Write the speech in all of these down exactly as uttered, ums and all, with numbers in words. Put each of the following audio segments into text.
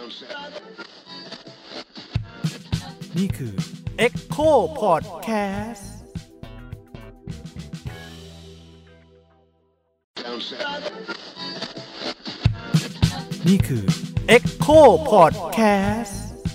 นี่คือ Echo Podcastนี่คือ Echo Podcast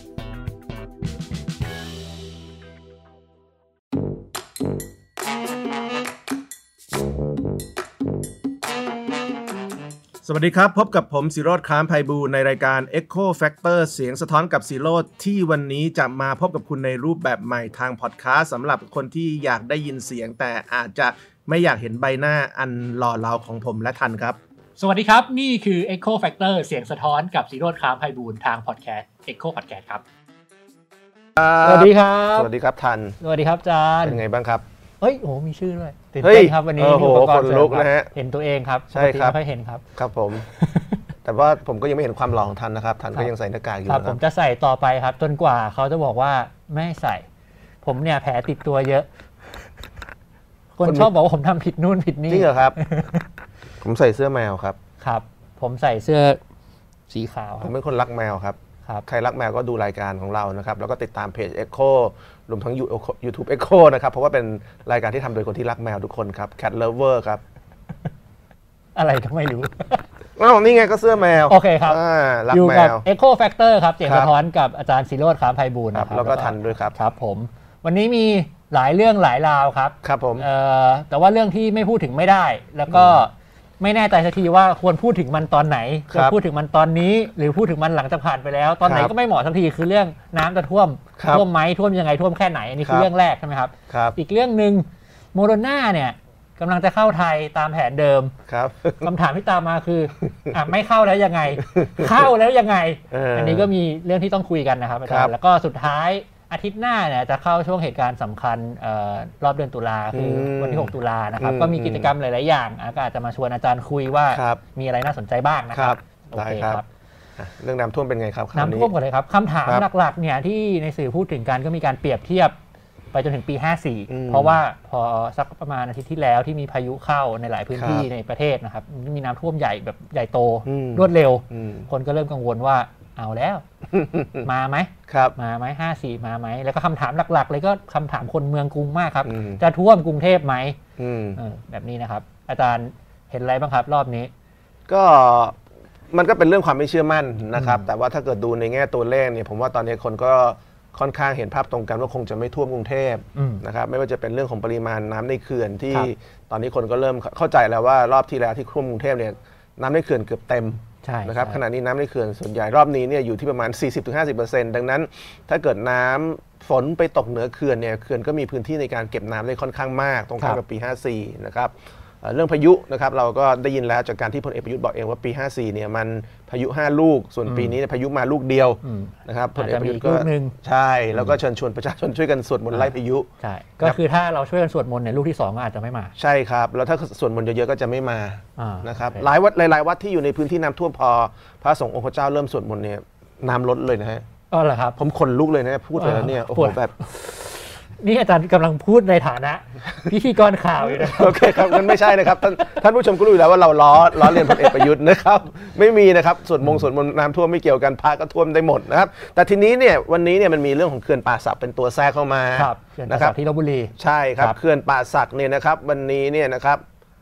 สวัสดีครับพบกับผมศิโรจน์ ค้ามไพบูลย์ในรายการ Echo Factor เสียงสะท้อนกับศิโรจน์ที่วันนี้จะมาพบกับคุณในรูปแบบใหม่ทางพอดคาสต์สำหรับคนที่อยากได้ยินเสียงแต่อาจจะไม่อยากเห็นใบหน้าอันหล่อเหลาของผมและทันครับสวัสดีครับนี่คือ Echo Factor เสียงสะท้อนกับศิโรจน์ ค้ามไพบูลย์ทางพอดแคสต์ Echo Podcast ครับสวัสดีครับสวัสดีครับทันสวัสดีครับจานเป็นไงบ้างครับเฮ้ยโอ้มีชื่อด้วยตื่นเต้นครับวันนี้มีอุปกรณ์ลุกนะฮะเห็นตัวเองครับใช่ครับไม่ค่อยเห็นครับครับผมแต่ว่าผมก็ยังไม่เห็นความหล่อของทันนะครับทันก็ยังใส่หน้ากากอยู่ครับผมจะใส่ต่อไปครับจนกว่าเขาจะบอกว่าไม่ใส่ผมเนี่ยแผลติดตัวเยอะคนชอบบอกว่าผมทำผิดนู่นผิดนี่จริงเหรอครับผมใส่เสื้อแมวครับครับผมใส่เสื้อสีขาวผมเป็นคนรักแมวครับใครรักแมวก็ดูรายการของเรานะครับแล้วก็ติดตามเพจ Echo รวมทั้ง YouTube Echo นะครับเพราะว่าเป็นรายการที่ทำโดยคนที่รักแมวทุกคนครับ Cat Lover ครับอะไรก็ไม่รู้อ้าวนี่ไงก็เสื้อแมวโอเคครับรักแมว Echo Factor ครับเสียงสะท้อนกับอาจารย์ศิโรจน์ ค้ามไพบูลย์นะครับแล้วก็ทันด้วยครับครับผมวันนี้มีหลายเรื่องหลายราวครับครับผมเอ่อแต่ว่าเรื่องที่ไม่พูดถึงไม่ได้แล้วก็ไม่แน่ใจสักทีว่าควรพูดถึงมันตอนไหนควรพูดถึงมันตอนนี้หรือพูดถึงมันหลังจากผ่านไปแล้วตอนไหนก็ไม่เหมาะสักทีคือเรื่องน้ำจะท่วมท่วมไหมท่วมยังไงท่วมแค่ไหนอันนี้คือเรื่องแรกใช่ไหมครับอีกเรื่องนึงโมโดนาเนี่ยกำลังจะเข้าไทยตามแผนเดิมคำถามที่ตามมาคืออ่ะไม่เข้าแล้วยังไงเข้าแล้วยังไงอันนี้ก็มีเรื่องที่ต้องคุยกันนะครับอาจารย์แล้วก็สุดท้ายอาทิตย์หน้าเนี่ยจะเข้าช่วงเหตุการณ์สำคัญออรอบเดือนตุลาคือวันที่หกตุลานะครับก็มีกิจกรรมหลายๆอย่างก็อาจจะมาชวนอาจารย์คุยว่ามีอะไรน่าสนใจบ้างนะครับโอเคครับเรื่องน้ำท่วมเป็นไงครับน้ำท่วมก่อนเลยครับคำถามหลักๆเนี่ยที่ในสื่อพูดถึงกันก็มีการเปรียบเทียบไปจนถึงปีห้าสี่เพราะว่าพอสักประมาณอาทิตย์ที่แล้วที่มีพายุเข้าในหลายพื้นที่ในประเทศนะครับมีน้ำท่วมใหญ่แบบใหญ่โตรวดเร็วคนก็เริ่มกังวลว่าเอาแล้วมาไหมครับมาไหมห้าสี่มาไหมแล้วก็คำถามหลักๆเลยก็คำถามคนเมืองกรุงมากครับจะท่วมกรุงเทพไหมแบบนี้นะครับอาจารย์เห็นอะไรบ้างครับรอบนี้ก็มันก็เป็นเรื่องความไม่เชื่อมั่นนะครับแต่ว่าถ้าเกิดดูในแง่ตัวเลขเนี่ยผมว่าตอนนี้คนก็ค่อนข้างเห็นภาพตรงกันว่าคงจะไม่ท่วมกรุงเทพนะครับไม่ว่าจะเป็นเรื่องของปริมาณน้ำในเขื่อนที่ตอนนี้คนก็เริ่มเข้าใจแล้วว่ารอบที่แล้วที่ท่วมกรุงเทพเนี่ยน้ำในเขื่อนเกือบเต็มนะครับขณะนี้น้ำในเขื่อนส่วนใหญ่รอบนี้เนี่ยอยู่ที่ประมาณ สี่สิบถึงห้าสิบเปอร์เซ็นต์ ดังนั้นถ้าเกิดน้ำฝนไปตกเหนือเขื่อนเนี่ยเขื่อนก็มีพื้นที่ในการเก็บน้ำได้ค่อนข้างมากตรงข้ามกับปีห้าสี่นะครับเรื่องพายุนะครับเราก็ได้ยินแล้วจากการที่พลเอกประยุทธ์บอกเองว่าปีห้าสี่เนี่ยมันพายุห้าลูกส่วนปีนี้พายุมาลูกเดียวนะครับพลเอกประยุทธ์ก็ใช่แล้วก็เชิญชวนประชาชนช่วยกันสวดมนต์ไล่พายุใช่ก็คือถ้าเราช่วยกันสวดมนต์เนี่ยลูกที่สองก็อาจจะไม่มาใช่ครับแล้วถ้าสวดมนต์เยอะๆก็จะไม่มานะครับหลายวัดหลายๆวัดที่อยู่ในพื้นที่น้ำท่วมพอพระสงฆ์องค์พระเจ้าเริ่มสวดมนต์เนี่ยน้ำลดเลยนะฮะอ๋อเหรอครับผมขนลุกเลยนะพูดไปแล้วเนี่ยโอ้โหแบบนี่อาจารย์กำลังพูดในฐานะพิธีกรข่าวอยู่นะโอเคครับมันไม่ใช่นะครับท่านท่านผู้ชมก็รู้อยู่แล้วว่าเราล้อล้อเลียนพลเอกประยุทธ์นะครับไม่มีนะครับส่วนมงส่วนมนน้ำท่วมไม่เกี่ยวกันพระก็ท่วมได้หมดนะครับแต่ทีนี้เนี่ยวันนี้เนี่ยมันมีเรื่องของเขื่อนป่าสักเป็นตัวแทรกเข้ามานะครับที่ลพบุรีใช่ครับเขื่อนป่าสักเนี่ยนะครับวันนี้เนี่ยนะครับ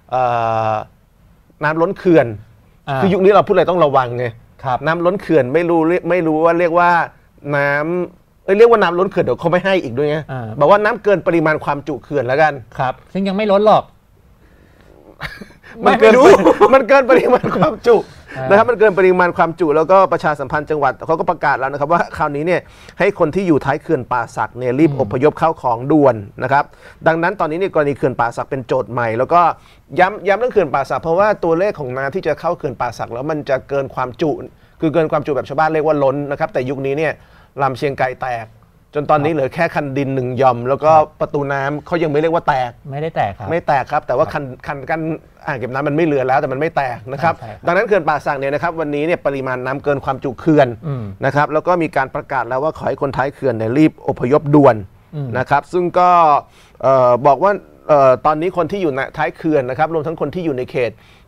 น้ำล้นเขื่อนคือยุคนี้เราพูดอะไรต้องระวังไงน้ำล้นเขื่อนไม่รู้ไม่รู้ว่าเรียกว่าน้ำเรียกว่าน้ำล้นเขื่อนเดี๋ยวเขาไม่ให้อีกด้วยไงบอกว่าน้ำเกินปริมาณความจุเขื่อนแล้วกันครับซึ่งยังไม่ล้นหรอกมันเกินมันเกินปริมาณความจุนะครับมันเกินปริมาณความจุแล้วก็ประชาสัมพันธ์จังหวัดเขาก็ประกาศแล้วนะครับว่าคราวนี้เนี่ยให้คนที่อยู่ท้ายเขื่อนป่าสักเนี่ยรีบอพยพเข้าของด่วนนะครับดังนั้นตอนนี้เนี่ยกรณีเขื่อนป่าสักเป็นโจทย์ใหม่แล้วก็ย้ำย้ำเรื่องเขื่อนป่าสักเพราะว่าตัวเลขของน้ำที่จะเข้าเขื่อนป่าสักแล้วมันจะเกินความจุคือเกินความจุแบบชาวบ้านเรียกว่าล้นนะครับแต่ยุคนี้เนี่ยลำเชียงไกรแตกจนตอนนี้เหลือแค่คันดินหนึ่งยอมแล้วก็ประตูน้ำเขายังไม่เรียกว่าแตกไม่ได้แตกครับไม่แตกครับแต่ว่าคันคันกันอ่างเก็บน้ำมันไม่เหลือแล้วแต่มันไม่แตกนะครับดังนั้นเขื่อนป่าสักเนี่ยนะครับวันนี้เนี่ยปริมาณน้ำเกินความจุเขื่อนนะครับแล้วก็มีการประกาศแล้วว่าขอให้คนท้ายเขื่อนเนี่ยรีบอพยพด่วนนะครับซึ่งก็บอกว่าตอนนี้คนที่อยู่ท้ายเขื่อนนะครับรวมทั้งคนที่อยู่ในเขต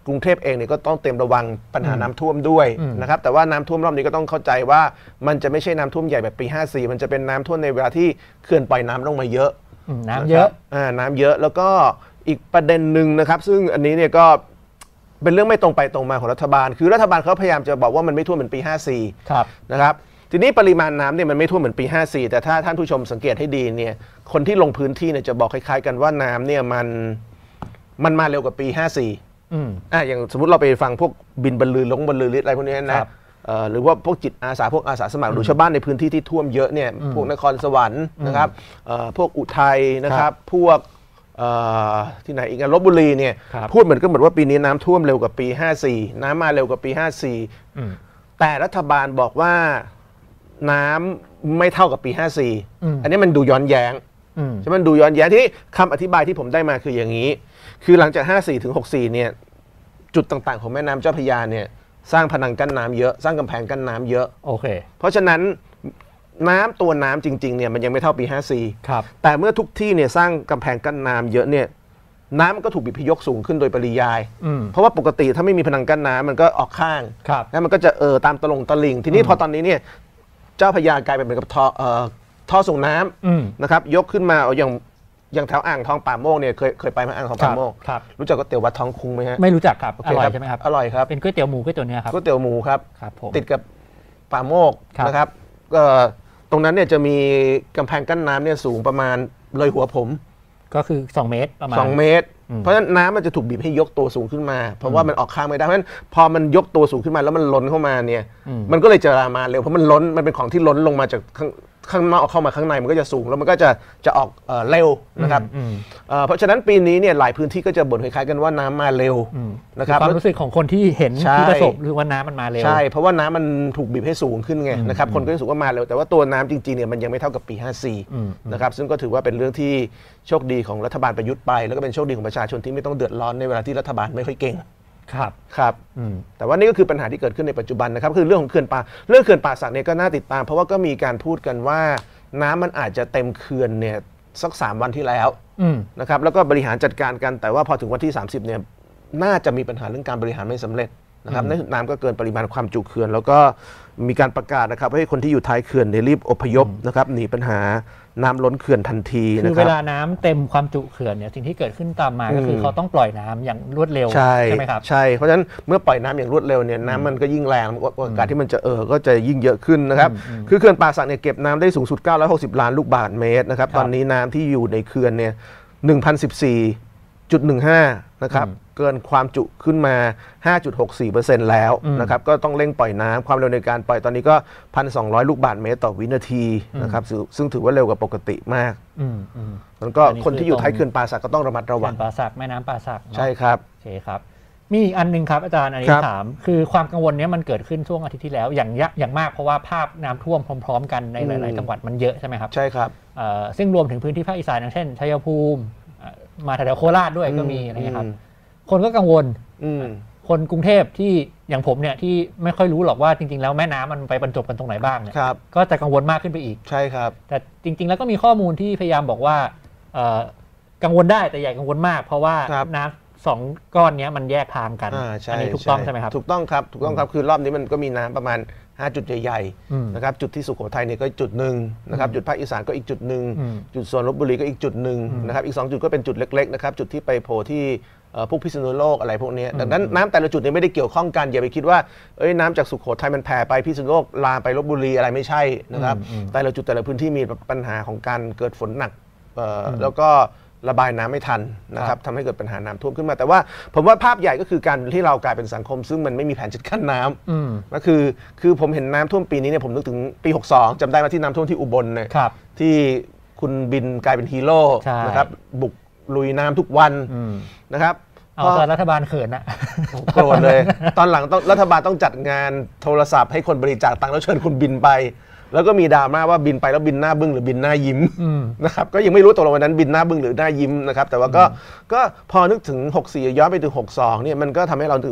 กรุงเทพเองเนี่ยก็ต้องเตรียมระวังปัญหาน้ำท่วมด้วยนะครับแต่ว่าน้ำท่วมรอบนี้ก็ต้องเข้าใจว่ามันจะไม่ใช่น้ำท่วมใหญ่แบบปีห้าสี่มันจะเป็นน้ำท่วมในเวลาที่เขื่อนปล่อยน้ำลงมาเยอะน้ำเยอะอ่าน้ำเยอะแล้วก็อีกประเด็นหนึ่งนะครับซึ่งอันนี้เนี่ยก็เป็นเรื่องไม่ตรงไปตรงมาของรัฐบาลคือรัฐบาลเขาพยายามจะบอกว่ามันไม่ท่วมเหมือนปีห้าสี่นะครับทีนี้ปริมาณน้ำเนี่ยมันไม่ท่วมเหมือนปีห้าสี่แต่ถ้าท่านผู้ชมสังเกตให้ดีเนี่ยคนที่ลงพื้นที่เนี่ยจะบอกคล้ายๆกันว่าน้ำเนี่ยมันมันมาเร็วกว่าปีห้าสี่อืมอ่าอย่างสมมติเราไปฟังพวกบินบรรลือลงบรรลือฤทธิ์อะไรพวกนี้นะหรือว่าพวกจิตอาสาพวกอาสาสมัครหรือชาวบ้านในพื้นที่ที่ท่วมเยอะเนี่ยพวกนครสวรรค์นะครับพวกอุทัยนะครับพวกที่ไหนอีกลพบุรีเนี่ยพูดเหมือนกันหมดว่าปีนี้น้ำท่วมเร็วกว่าปีห้าสี่น้ำมาเร็วกว่าปีห้าสี่แต่รัฐบาลบอกว่าน้ำไม่เท่ากับปีห้าสี่อันนี้มันดูย้อนแย้งใช่ไหมมันดูย้อนแย้งที่คำอธิบายที่ผมได้มาคืออย่างนี้คือหลังจากห้าสี่ถึงหกสี่เนี่ยจุดต่างๆของแม่น้ำเจ้าพระยาเนี่ยสร้างพนังกั้นน้ำเยอะสร้างกำแพงกั้นน้ำเยอะโอเคเพราะฉะนั้นน้ำตัวน้ำจริงๆเนี่ยมันยังไม่เท่าปีห้าสี่ครับแต่เมื่อทุกที่เนี่ยสร้างกำแพงกั้นน้ำเยอะเนี่ยน้ำมันก็ถูกบีบพยกสูงขึ้นโดยปริยายเพราะว่าปกติถ้าไม่มีพนังกั้นน้ำมันก็ออกข้างแล้วมันก็จะเออตามตะลงตะลิงทีนี้พอตอนนี้เนี่ยเจ้าพระยากลายเป็นเหมือนกับท่อเอ่อท่อส่งน้ำนะครับยกขึ้นมาเอาอย่างอย่างแถวอ่างทองป่าโมกเนี่ยเคยเคยไปมาอ่างทองป่าโมกรู้จักก๋วยเตี๋ยววัดทองคุ้งไหมฮะไม่รู้จักครับอร่อยใช่ไหมครับอร่อยครับเป็นก๋วยเตี๋ยวหมูก๋วยเตี๋ยวเนื้อครับก๋วยเตี๋ยวหมูครับติดกับป่าโมกนะครับตรงนั้นเนี่ยจะมีกำแพงกั้นน้ำเนี่ยสูงประมาณเลยหัวผมก็คือสองเมตรประมาณสองเมตรเพราะฉะนั้นน้ำมันจะถูกบีบให้ยกตัวสูงขึ้นมาเพราะว่ามันออกข้างไม่ได้เพราะฉะนั้นพอมันยกตัวสูงขึ้นมาแล้วมันล้นเข้ามาเนี่ยมันก็เลยจะมาเร็วเพราะมันล้นมันเป็นของที่ล้นลงมาจากข้างข้างนอกเข้ามาข้างในมันก็จะสูงแล้วมันก็จะจะออกเร็วนะครับเพราะฉะนั้นปีนี้เนี่ยหลายพื้นที่ก็จะบ่นคล้ายๆกันว่าน้ำมาเร็วนะครับความรู้สึกของคนที่เห็นที่ประสบหรือว่าน้ำมันมาเร็วใช่เพราะว่าน้ำมันถูกบีบให้สูงขึ้นไงนะครับคนก็รู้สึกว่ามาเร็วแต่ว่าตัวน้ำจริงๆเนี่ยมันยังไม่เท่ากับปีห้าสี่นะครับซึ่งก็ถือว่าเป็นเรื่องที่โชคดีของรัฐบาลประยุทธ์ไปแล้วก็เป็นโชคดีของประชาชนที่ไม่ต้องเดือดร้อนในเวลาที่รัฐบาลไม่ค่อยเก่งครับครับแต่ว่านี่ก็คือปัญหาที่เกิดขึ้นในปัจจุบันนะครับคือเรื่องของเขื่อนป่าเรื่องเขื่อนป่าสักเนี่ยก็น่าติดตามเพราะว่าก็มีการพูดกันว่าน้ำมันอาจจะเต็มเขื่อนเนี่ยสักสามวันที่แล้วนะครับแล้วก็บริหารจัดการกันแต่ว่าพอถึงวันที่สามสิบเนี่ยน่าจะมีปัญหาเรื่องการบริหารไม่สำเร็จนะครับน้ำก็เกินปริมาณความจุเขื่อนแล้วก็มีการประกาศนะครับให้คนที่อยู่ท้ายเขื่อนรีบอพยพนะครับหนีปัญหาน้ำล้นเขื่อนทันทีคือเวลาน้ำเต็มความจุเขื่อนเนี่ยสิ่งที่เกิดขึ้นตามมาก็คือเขาต้องปล่อยน้ำอย่างรวดเร็วใช่ไหมครับใช่เพราะฉะนั้นเมื่อปล่อยน้ำอย่างรวดเร็วเนี่ยน้ำมันก็ยิ่งแรงโอกาสที่มันจะเออก็จะยิ่งเยอะขึ้นนะครับคือเขื่อนป่าสักเนี่ยเก็บน้ำได้สูงสุดเก้าร้อยหกสิบล้านลูกบาศก์เมตรนะครับตอนนี้น้ำที่อยู่ในเขื่อนเนี่ย หนึ่งพันสิบสี่จุดหนึ่งห้า นะครับเกินความจุขึ้นมา ห้าจุดหกสี่เปอร์เซ็นต์ แล้วนะครับก็ต้องเร่งปล่อยน้ำความเร็วในการปล่อยตอนนี้ก็ หนึ่งพันสองร้อย ลูกบาศก์เมตรต่อวินาทีนะครับซึ่งถือว่าเร็วกว่าปกติมากแล้วก็คนที่อยู่ท้ายเขื่อนป่าสักก็ต้องระมัดระวังเขื่อนป่าสักแม่น้ำป่าสักใช่ครับโอเคครับมีอีกอันนึงครับอาจารย์อันนี้ถามคือความกังวลนี้มันเกิดขึ้นช่วงอาทิตย์ที่แล้วอย่างยะอย่างมากเพราะว่าภาพน้ำท่วมพร้อมๆกันในหลายๆจังหวัดมันเยอะใช่ไหมครับใช่ครับซึ่งรวมถึงพื้นที่ภาคอีสานอย่างเช่นชัยภูมิมาแถวโคราชด้วยก็มีอะไรเงี้ยครับคนก็กังวลคนกรุงเทพที่อย่างผมเนี่ยที่ไม่ค่อยรู้หรอกว่าจริงๆแล้วแม่น้ำมันไปบรรจบกันตรงไหนบ้างเนี่ยก็จะกังวลมากขึ้นไปอีกใช่ครับแต่จริงๆแล้วก็มีข้อมูลที่พยายามบอกว่ากังวลได้แต่อย่ากังวลมากเพราะว่าน้ำสองก้อนนี้มันแยกทางกันอันนี้ถูกต้องใช่ไหมครับถูกต้องครับถูกต้องครับคือรอบนี้มันก็มีน้ำประมาณห้าจุดใหญ่ๆนะครับจุดที่สุโขทัยเนี่ยก็จุดหนึ่งนะครับจุดภาคอีสานก็อีกจุดหนึ่งจุดส่วนลพบุรีก็อีกจุดหนึ่งนะครับอีกสองจุดก็เป็นจุดเล็กๆนะครับจุดที่ไปโผล่ที่พวกพิษณุโลกอะไรพวกนี้ดังนั้นน้ำแต่ละจุดเนี่ยไม่ได้เกี่ยวข้องกันอย่าไปคิดว่าเอ้ยน้ำจากสุโขทัยมันแผ่ไปพิษณุโลกลามไปลพบุรีอะไรไม่ใช่นะครับแต่ละจุดแต่ละพื้นที่มีปัญหาของการเกิดฝนหนักแล้วก็ระบายน้ำไม่ทันนะครับทำให้เกิดปัญหาน้ำท่วมขึ้นมาแต่ว่าผมว่าภาพใหญ่ก็คือการที่เรากลายเป็นสังคมซึ่งมันไม่มีแผนจัดการน้ำก็คือคือผมเห็นน้ำท่วมปีนี้เนี่ยผมนึกถึงปีหกสองจำได้ไหมที่น้ำท่วมที่อุบลเนี่ยที่คุณบินกลายเป็นฮีโร่นะครับบุกลุยน้ำทุกวันนะครับเอาตอนรัฐบาลเขินอะโกรธเลยตอนหลังต้องรัฐบาลต้องจัดงานโทรศัพท์ให้คนบริจาคตังค์แล้วเชิญคุณบินไปแล้วก็มีดราม่าว่าบินไปแล้วบินหน้าบึ้งหรือบินหน้ายิ้มนะครับก็ยังไม่รู้ตกลงวันนั้นบินหน้าบึ้งหรือหน้ายิ้มนะครับแต่ว่าก็ก็พอนึกถึงหกสี่ย้อนไปถึงหกสองเนี่ยมันก็ทำให้เราถึงว่า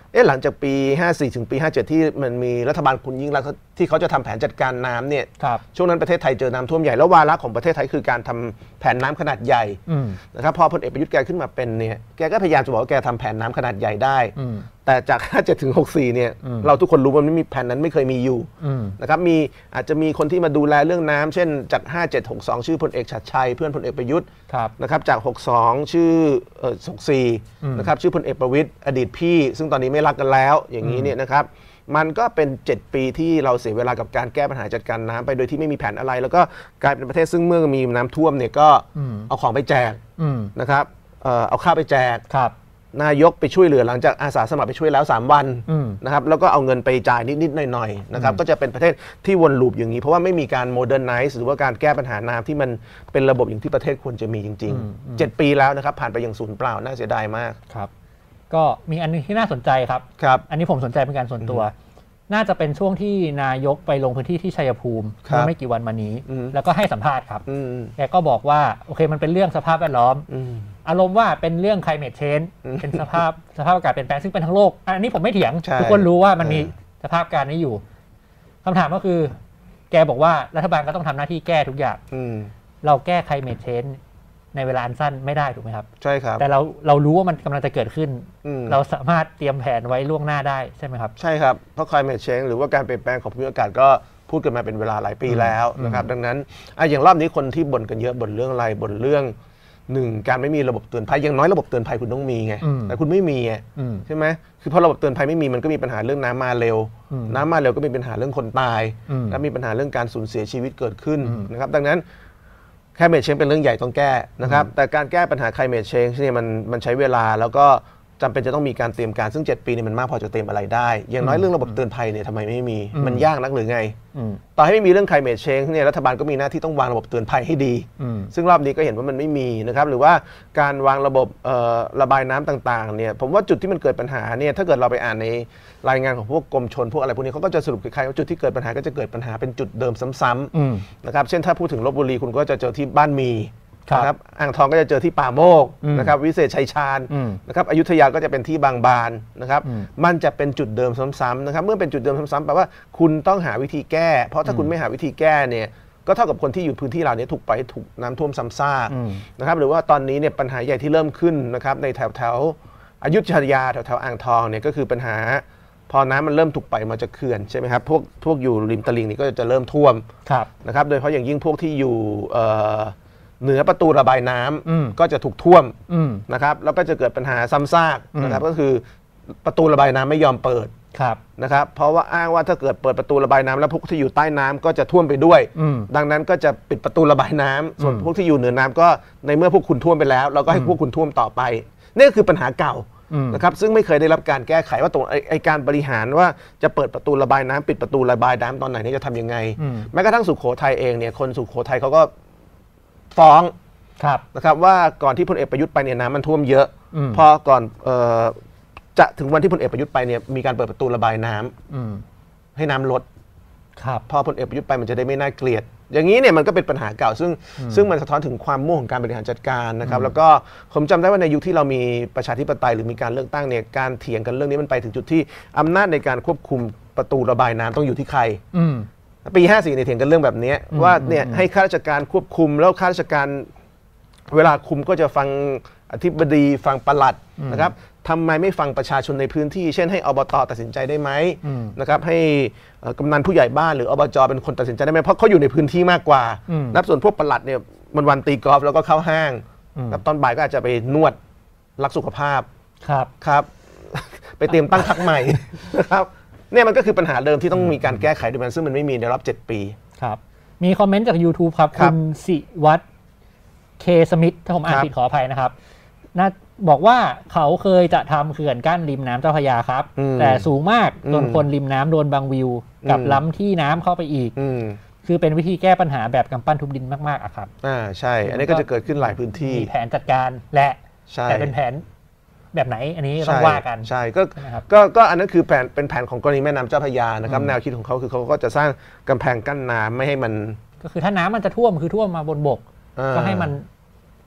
เอ๊ะหลังจากปีห้าสี่ถึงปีห้าเจ็ดที่มันมีรัฐบาลคุณยิ่งรักษณ์ที่เขาจะทำแผนจัดการน้ำเนี่ยช่วงนั้นประเทศไทยเจอน้ำท่วมใหญ่แล้ววาระของประเทศไทยคือการทำแผนน้ำขนาดใหญ่นะครับพอพลเอกประยุทธ์แกขึ้นมาเป็นเนี่ยแกก็พยายามจะบอกว่าแกทำแผนน้ำขนาดใหญ่ได้แต่จากห้าเจ็ดถึงหกสี่เนี่ยเราทุกคนรู้ว่ามันไม่มีแผนนั้นไม่เคยมีอยู่นะครับมีอาจจะมีคนที่มาดูแลเรื่องน้ำเช่นจากห้าเจ็ด หกสองชื่อพลเอกชัดชัยเพื่อนพลเอกประยุทธ์นะครับจากหกสองชื่อเอ่อหกสี่นะครับชื่อพลเอกประวิตรอดีตพี่ซึ่งตอนนี้ไม่รักกันแล้วอย่างนี้เนี่ยนะครับมันก็เป็นเจ็ดปีที่เราเสียเวลากับการแก้ปัญหาจัดการน้ำไปโดยที่ไม่มีแผนอะไรแล้วก็กลายเป็นประเทศซึ่งเมื่อมีน้ำท่วมเนี่ยก็เอาของไปแจกนะครับเอ่อเอาข้าวไปแจกนายกไปช่วยเหลือหลังจากอาสาสมัครไปช่วยแล้วสามวันนะครับแล้วก็เอาเงินไปจ่ายนิดๆหน่อยๆนะครับก็จะเป็นประเทศที่วนลูปอย่างนี้เพราะว่าไม่มีการโมเดิร์นไนซ์หรือว่าการแก้ปัญหาน้ำที่มันเป็นระบบอย่างที่ประเทศควรจะมีจริงๆเจ็ดปีแล้วนะครับผ่านไปอย่างสูญเปล่าน่าเสียดายมากครับก็มีอันนึงที่น่าสนใจครับอันนี้ผมสนใจเป็นการส่วนตัวน่าจะเป็นช่วงที่นายกไปลงพื้นที่ที่ชัยภูมิเมื่อไม่กี่วันมานี้แล้วก็ให้สัมภาษณ์ครับแกก็บอกว่าโอเคมันเป็นเรื่องสภาพแวดล้อมอารมณ์ว่าเป็นเรื่อง climate change เป็นสภาพสภาพอากาศเปลี่ยนแปลงซึ่งเป็นทั้งโลกอันนี้ผมไม่เถียงทุกคนรู้ว่ามันมีสภาพการนี้อยู่คำถามก็คือแกบอกว่ารัฐบาลก็ต้องทำหน้าที่แก้ทุกอย่างเราแก้ climate change ในเวลาอันสั้นไม่ได้ถูกไหมครับใช่ครับแต่เราเรารู้ว่ามันกำลังจะเกิดขึ้นเราสามารถเตรียมแผนไว้ล่วงหน้าได้ใช่ไหมครับใช่ครับเพราะ climate change หรือว่าการเปลี่ยนแปลงของภูมิอากาศก็พูดกันมาเป็นเวลาหลายปีแล้วนะครับดังนั้นอ่ะอย่างรอบนี้คนที่บ่นกันเยอะบ่นเรื่องอะไรบ่นเรื่องหนึ่งการไม่มีระบบเตือนภัยอย่างน้อยระบบเตือนภัยคุณต้องมีไงแต่คุณไม่มีไงใช่ไหมคือพอระบบเตือนภัยไม่มีมันก็มีปัญหาเรื่องน้ำมาเร็วน้ำมาเร็วก็มีปัญหาเรื่องคนตายและมีปัญหาเรื่องการสูญเสียชีวิตเกิดขึ้นนะครับดังนั้นclimate change เป็นเรื่องใหญ่ต้องแก้นะครับแต่การแก้ปัญหา climate change เนี่ยมันมันใช้เวลาแล้วก็จำเป็นจะต้องมีการเตรียมการซึ่งเจ็ดปีนี่มันมากพอจะเตรียมอะไรได้อย่างน้อยเรื่องระบบเตือนภัยเนี่ยทำไมไม่มีมันยากนักหรือไงต่อให้ไม่มีเรื่อง climate change เนี่ยรัฐบาลก็มีหน้าที่ต้องวางระบบเตือนภัยให้ดีซึ่งรอบนี้ก็เห็นว่ามันไม่มีนะครับหรือว่าการวางระบบระบายน้ำต่างๆเนี่ยผมว่าจุดที่มันเกิดปัญหาเนี่ยถ้าเกิดเราไปอ่านในรายงานของพวกกรมชลพวกอะไรพวกนี้เขาก็จะสรุปคล้ายๆว่าจุดที่เกิดปัญหาก็จะเกิดปัญหาเป็นจุดเดิมซ้ำๆนะครับเช่นถ้าพูดถึงลพบุรีคุณก็จะเจอที่บ้านมีนะครับอ่างทองก็จะเจอที่ป่าโมกนะครับวิเศษชัยชาญนะครับอยุธยาก็จะเป็นที่บางบานนะครับมันจะเป็นจุดเดิมซ้ำๆนะครับเมื่อเป็นจุดเดิมซ้ำๆแปลว่าคุณต้องหาวิธีแก้เพราะถ้าคุณไม่หาวิธีแก้เนี่ยก็เท่ากับคนที่อยู่พื้นที่เหล่านี้ถูกไปถูกน้ำท่วมซ้ำซากนะครับหรือว่าตอนนี้เนี่ยปัญหาใหญ่ที่เริ่มขึ้นนะครับในแถวแถวอยุธยาแถวแถวอ่างทองเนี่ยก็คือปัญหาพอน้ำมันเริ่มถูกไปมาจากเขื่อนใช่ไหมครับพวกพวกอยู่ริมตลิ่งนี่ก็จะเริ่มท่วมนะครับโดยเฉพาะอย่างยิ่งพวกที่อยู่เหนือประตูระบายน้ำก็จะถูกท่วมนะครับแล้วก็จะเกิดปัญหาซ้ำซากนะครับก็คือประตูระบายน้ำไม่ยอมเปิดนะครับเพราะว่าอ้างว่าถ้าเกิดเปิดประตูระบายน้ำแล้วพวกที่อยู่ใต้น้ำก็จะท่วมไปด้วยดังนั้นก็จะปิดประตูระบายน้ำส่วนพวกที่อยู่เหนือน้ำก็ในเมื่อพวกคุณท่วมไปแล้วเราก็ให้พวกคุณท่วมต่อไปนี่คือปัญหาเก่านะครับซึ่งไม่เคยได้รับการแก้ไขว่าตรงไอการบริหารว่าจะเปิดประตูระบายน้ำปิดประตูระบายน้ำตอนไหนนี่จะทำยังไงแม้กระทั่งสุโขทัยเองเนี่ยคนสุโขทัยเขาก็ฟ้องนะครับว่าก่อนที่พลเอกประยุทธ์ไปเนี่ยน้ำมันท่วมเยอะพอก่อนจะถึงวันที่พลเอกประยุทธ์ไปเนี่ยมีการเปิดประตูระบายน้ำให้น้ำลดพอพลเอกประยุทธ์ไปมันจะได้ไม่น่าเกลียดอย่างนี้เนี่ยมันก็เป็นปัญหาเก่าซึ่งซึ่งมันสะท้อนถึงความมั่วของการบริหารจัดการนะครับแล้วก็ผมจำได้ว่าในยุคที่เรามีประชาธิปไตยหรือมีการเลือกตั้งเนี่ยการเถียงกันเรื่องนี้มันไปถึงจุดที่อำนาจในการควบคุมประตูระบายน้ำต้องอยู่ที่ใครปีห้าสี่เนี่ยเถียงกันเรื่องแบบนี้ว่าเนี่ยให้ข้าราชการควบคุมแล้วข้าราชการเวลาคุมก็จะฟังอธิบดีฟังปลัดนะครับทำไมไม่ฟังประชาชนในพื้นที่เช่นให้อบต.ตัดสินใจได้ไหมนะครับให้กำนันผู้ใหญ่บ้านหรืออบจ.เป็นคนตัดสินใจได้ไหมเพราะเขาอยู่ในพื้นที่มากกว่านับส่วนพวกปลัดเนี่ยวันวันตีกอล์ฟแล้วก็เข้าห้างตอนบ่ายก็อาจจะไปนวดรักสุขภาพครับครับไปเตรียมตั้งพรรคใหม่นะครับเนี่ยมันก็คือปัญหาเดิมที่ต้องมีการแก้ไขด้วยกันซึ่งมันไม่มีในรอบเจ็ดปีครับมีคอมเมนต์จาก YouTube ครับคุณศิวัฒน์เคสมิธถ้าผมอ่านผิดขออภัยนะครับน่าบอกว่าเขาเคยจะทำเขื่อนกั้นริมน้ำเจ้าพระยาครับแต่สูงมากจนคนริมน้ำโดนบางวิวกับล้ำที่น้ำเข้าไปอีกคือเป็นวิธีแก้ปัญหาแบบกำปั้นทุบดินมากๆอะครับอ่าใช่อันนี้ก็จะเกิดขึ้นหลายพื้นที่มีแผนจัดการและแต่เป็นแผนแบบไหนอันนี้ต้องว่ากันใช่ก็ก็ก็อันนั้นคือแผนเป็นแผนของกรณีแม่น้ำเจ้าพระยานะครับแนวคิดของเขาคือเขาก็จะสร้างกำแพงกั้นน้ำไม่ให้มันก็คือถ้าน้ำมันจะท่วมคือท่วมมาบนบกก็ให้มัน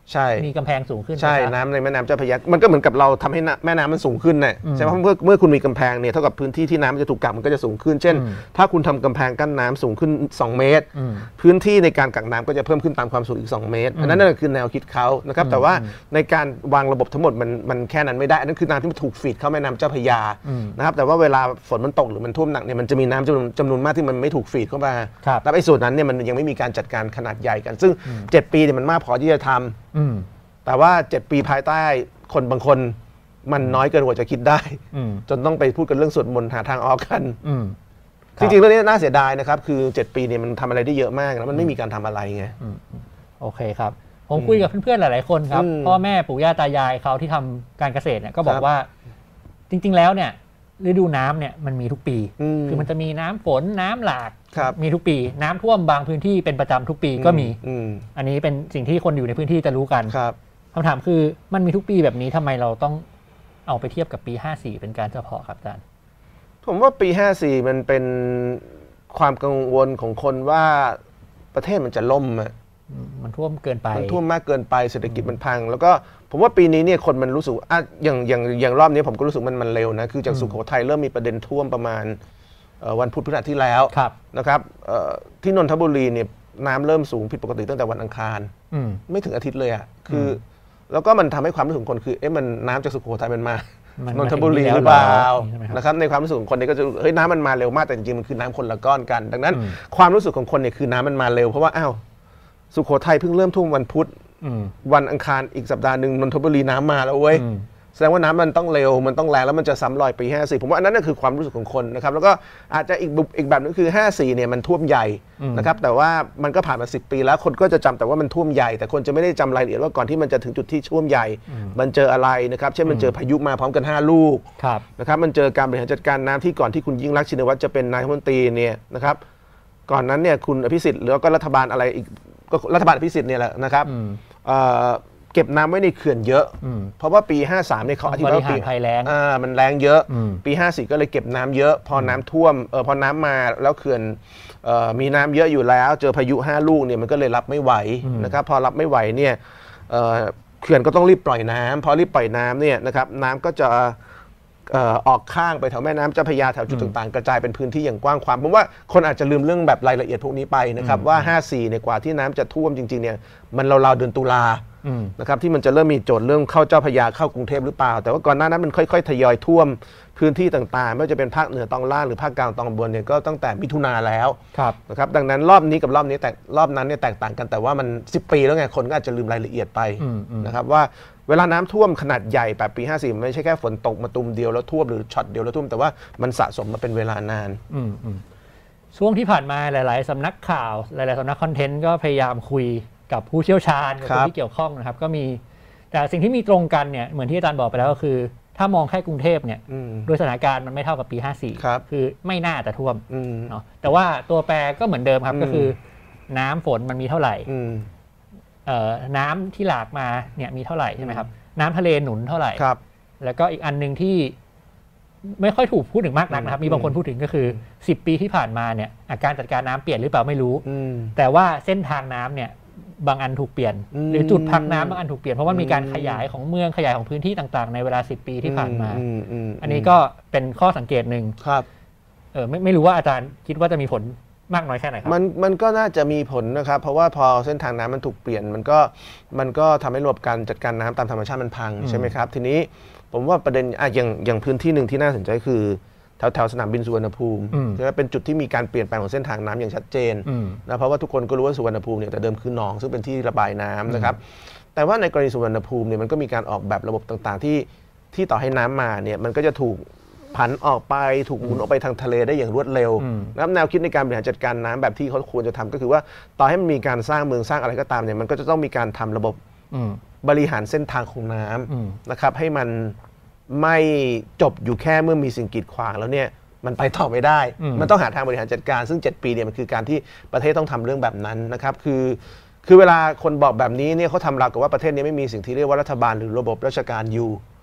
ใช่มีกำแพงสูงขึ้นใช่น้ำในแม่น้ำเจ้าพระยามันก็เหมือนกับเราทำให้แม่น้ำมันสูงขึ้นเนี่ยใช่ไหมเมื่อเมื่อคุณมีกำแพงเนี่ยเท่ากับพื้นที่ที่น้ำจะถูกกักมันก็จะสูงขึ้นเช่นถ้าคุณทำกำแพงกั้นน้ำสูงขึ้นสองเมตรพื้นที่ในการกักน้ำก็จะเพิ่มขึ้นตามความสูงอีกสองเมตรอันนั้นนั่นคือแนวคิดเขานะครับแต่ว่าในการวางระบบทั้งหมดมันมันแค่นั้นไม่ได้อันนั้นคือน้ำที่มันถูกฟีดเข้าแม่น้ำเจ้าพระยานะครับแต่ว่าเวลาฝนมันตกหรือมันท่วมหนักเนี่ยมันจะมีน้ำจำนวนจำนวนมากที่มันไม่ถูกฟีดเข้ามาแล้วไอ้ส่วนนั้นเนี่ยมันยังไม่มีการจัดการขนาดใหญ่กันซึ่งเจ็ดปีเนี่ยมันมากพอที่จะทำแต่ว่าเจ็ดปีภายใต้คนบางคนมันน้อยเกินกว่าจะคิดได้จนต้องไปพูดกันเรื่องสวดมนต์หาทางออกกันจริงๆเรื่องนี้น่าเสียดายนะครับคือเจ็ดปีเนี่ยมันทำอะไรได้เยอะมากแล้วมันไม่มีการทำอะไรไงโอเคครับผมคุยกับเพื่อนๆหลายๆคนครับพ่อแม่ปู่ย่าตายายเขาที่ทำการเกษตรเนี่ยก็บอกว่าจริงๆแล้วเนี่ยฤดูน้ำเนี่ยมันมีทุกปีคือมันจะมีน้ำฝนน้ำหลากมีทุกปีน้ำท่วมบางพื้นที่เป็นประจำทุกปีก็มีอันนี้เป็นสิ่งที่คนอยู่ในพื้นที่จะรู้กันคำถามคือมันมีทุกปีแบบนี้ทำไมเราต้องเอาไปเทียบกับปีห้าสี่เป็นการเฉพาะครับอาจารย์ผมว่าปีห้าสี่มันเป็นความกังวลของคนว่าประเทศมันจะล่มอ่ะมันท่วมเกินไปมันท่วมมากเกินไปเศรษฐกิจมันพังแล้วก็ผมว่าปีนี้เนี่ยคนมันรู้สึกอ่ะอย่างอย่างอย่างรอบนี้ผมก็รู้สึกมันมันเร็วนะคือจากสุโขทัยเริ่มมีประเด็นท่วมประมาณวันพุธพฤหัสที่แล้วนะครับที่นนทบุรีเนี่ยน้ำเริ่มสูงผิดปกติตั้งแต่วันอังคารไม่ถึงอาทิตย์เลยอ่ะคือแล้วก็มันทำให้ความรู้สึกคนคือเอ๊ะมันน้ำจากสุโขทัยมันมานนทบุรีหรือเปล่านะครับในความรู้สึกของคนนี้ก็จะเฮ้ยน้ำมันมาเร็วมากแต่จริงๆมันคือน้ำคนละก้อนกันดังนั้นความรู้สึกของคนเนี่ยคือน้ำมันมาเร็วเพราะว่าอ้าวสุโขทัยเพิ่งเริ่มท่วมวันพุธวันอังคารอีกสัปดาห์หนึ่งนนทบุรีน้ำมาแล้วเว้ยแสดงว่าน้ำมันต้องเร็วมันต้องแรงแล้วมันจะซ้ำรอยปีห้าสี่ผมว่าอันนั้นก็คือความรู้สึกของคนนะครับแล้วก็อาจจะอีกอีกแบบนึงคือห้าสี่เนี่ยมันท่วมใหญ่นะครับแต่ว่ามันก็ผ่านมาสิบปีแล้วคนก็จะจำแต่ว่ามันท่วมใหญ่แต่คนจะไม่ได้จำรายละเอียดว่าก่อนที่มันจะถึงจุดที่ท่วมใหญ่มันเจออะไรนะครับเช่นมันเจอพายุมาพร้อมกันห้าลูกนะครับมันเจอการบริหารจัดการน้ำที่ก่อนที่คุณยิ่งรักษณ์ชินวัตรจะเป็นนายกรัฐมนตรีเนี่ยนะครับก่อนนั้นเนี่ยคุณอภิสิทธิ์หรือก็รัฐบาลอะไรอีกก็รัฐบาลอภิสิทธิ์เนี่ยแหละนะครับเก็บน้ำไว้ในเขื่อนเยอะเพราะว่าปีห้าสามเนี่ยเขาอธิบายว่าปีภัยแล้งอ่ามันแรงเยอะปีห้าสี่ก็เลยเก็บน้ำเยอะพอน้ำท่วมเออพอน้ำมาแล้วเขื่อนมีน้ำเยอะอยู่แล้วเจอพายุห้าลูกเนี่ยมันก็เลยรับไม่ไหวนะครับพอรับไม่ไหวเนี่ยเขื่อนก็ต้องรีบปล่อยน้ำพอรีบปล่อยน้ำเนี่ยนะครับน้ำก็จะออกข้างไปแถวแม่น้ำเจ้าพระยาแถวจุดต่างๆกระจายเป็นพื้นที่อย่างกว้างขวางผมว่าคนอาจจะลืมเรื่องแบบรายละเอียดพวกนี้ไปนะครับว่าห้าสี่เนี่ยกว่าที่น้ำจะท่วมจริงๆเนี่ยมันราวๆเดือนตุลานะครับที่มันจะเริ่มมีโจทย์เรื่องเข้าเจ้าพระยาเข้ากรุงเทพหรือเปล่าแต่ว่าก่อนหน้านั้นมันค่อยๆทยอยท่วมพื้นที่ต่างๆไม่ว่าจะเป็นภาคเหนือตอนล่างหรือภาคกลางตอนบนเนี่ยก็ตั้งแต่มิถุนาแล้วนะครับดังนั้นรอบนี้กับรอบนี้แต่รอบนั้นเนี่ยแตกต่างกันแต่ว่ามันสิบปีแล้วไงคนก็อาจจะลืมรายละเอียดไปนะครับว่าเวลาน้ำท่วมขนาดใหญ่แบบปีห้าสี่ไม่ใช่แค่ฝนตกมาตุ่มเดียวแล้วท่วมหรือช็อตเดียวแล้วท่วมแต่ว่ามันสะสมมาเป็นเวลานานช่วงที่ผ่านมาหลายๆสำนักข่าวหลายๆสำนักคอนเทนต์ก็พยายามคุยกับผู้เชี่ยวชาญกับคนที่เกี่ยวข้องนะครับก็มีแต่สิ่งที่มีตรงกันเนี่ยเหมือนที่อาจารย์บอกไปแล้วก็คือถ้ามองแค่กรุงเทพเนี่ยโดยสถานการณ์มันไม่เท่ากับปีห้าสี่คือไม่น่าจะท่วมเนาะแต่ว่าตัวแปรก็เหมือนเดิมครับก็คือน้ำฝนมันมีเท่าไหร่น้ำที่หลากมาเนี่ยมีเท่าไหร่ใช่ไหมครับน้ำทะเลหนุนเท่าไหร่แล้วก็อีกอันนึงที่ไม่ค่อยถูกพูดถึงมากนักนะครับมีบางคนพูดถึงก็คือสิบปีที่ผ่านมาเนี่ยอาการจัดการน้ำเปลี่ยนหรือเปล่าไม่รู้แต่ว่าเส้นทางน้ำเนี่ยบางอันถูกเปลี่ยนหรือจุดพักน้ำบางอันถูกเปลี่ยนเพราะว่ามีการขยายของเมืองขยายของพื้นที่ต่างๆในเวลาสิบปีที่ผ่านมาอันนี้ก็เป็นข้อสังเกตหนึ่งครับเออไม่ไม่รู้ว่าอาจารย์คิดว่าจะมีผลมากน้อยแค่ไหนครับมันมันก็น่าจะมีผลนะครับเพราะว่าพอเส้นทางน้ำมันถูกเปลี่ยนมันก็มันก็ทำให้ระบบการจัดการน้ำตามธรรมชาติมันพังใช่ไหมครับทีนี้ผมว่าประเด็นอ่ะอย่างอย่างพื้นที่หนึ่งที่น่าสนใจคือแถวแถวสนามบินสุวรรณภูมิจะเป็นจุดที่มีการเปลี่ยนแปลงของเส้นทางน้ำอย่างชัดเจนนะเพราะว่าทุกคนก็รู้ว่าสุวรรณภูมิเนี่ยแต่เดิมคือหนองซึ่งเป็นที่ระบายน้ำนะครับแต่ว่าในกรณีสุวรรณภูมิเนี่ยมันก็มีการออกแบบระบบต่างๆที่ที่ต่อให้น้ำมาเนี่ยมันก็จะถูกผันออกไปถูกหมุนออกไปทางทะเลได้อย่างรวดเร็วนะครับแนวคิดในการบริหารจัดการน้ำแบบที่เขาควรจะทำก็คือว่าต่อให้มันมีการสร้างเมืองสร้างอะไรก็ตามเนี่ยมันก็จะต้องมีการทำระบบบริหารเส้นทางของน้ำนะครับให้มันไม่จบอยู่แค่เมื่อมีสิ่งกีดขวางแล้วเนี่ยมันไปต่อไม่ได้มันต้องหาทางบริหารจัดการซึ่งเจ็ดปีเนี่ยมันคือการที่ประเทศต้องทำเรื่องแบบนั้นนะครับคือคือเวลาคนบอกแบบนี้เนี่ยเขาทำราวกับว่าประเทศนี้ไม่มีสิ่งที่เรียกว่ารัฐบาลหรือระบบราชการอยู่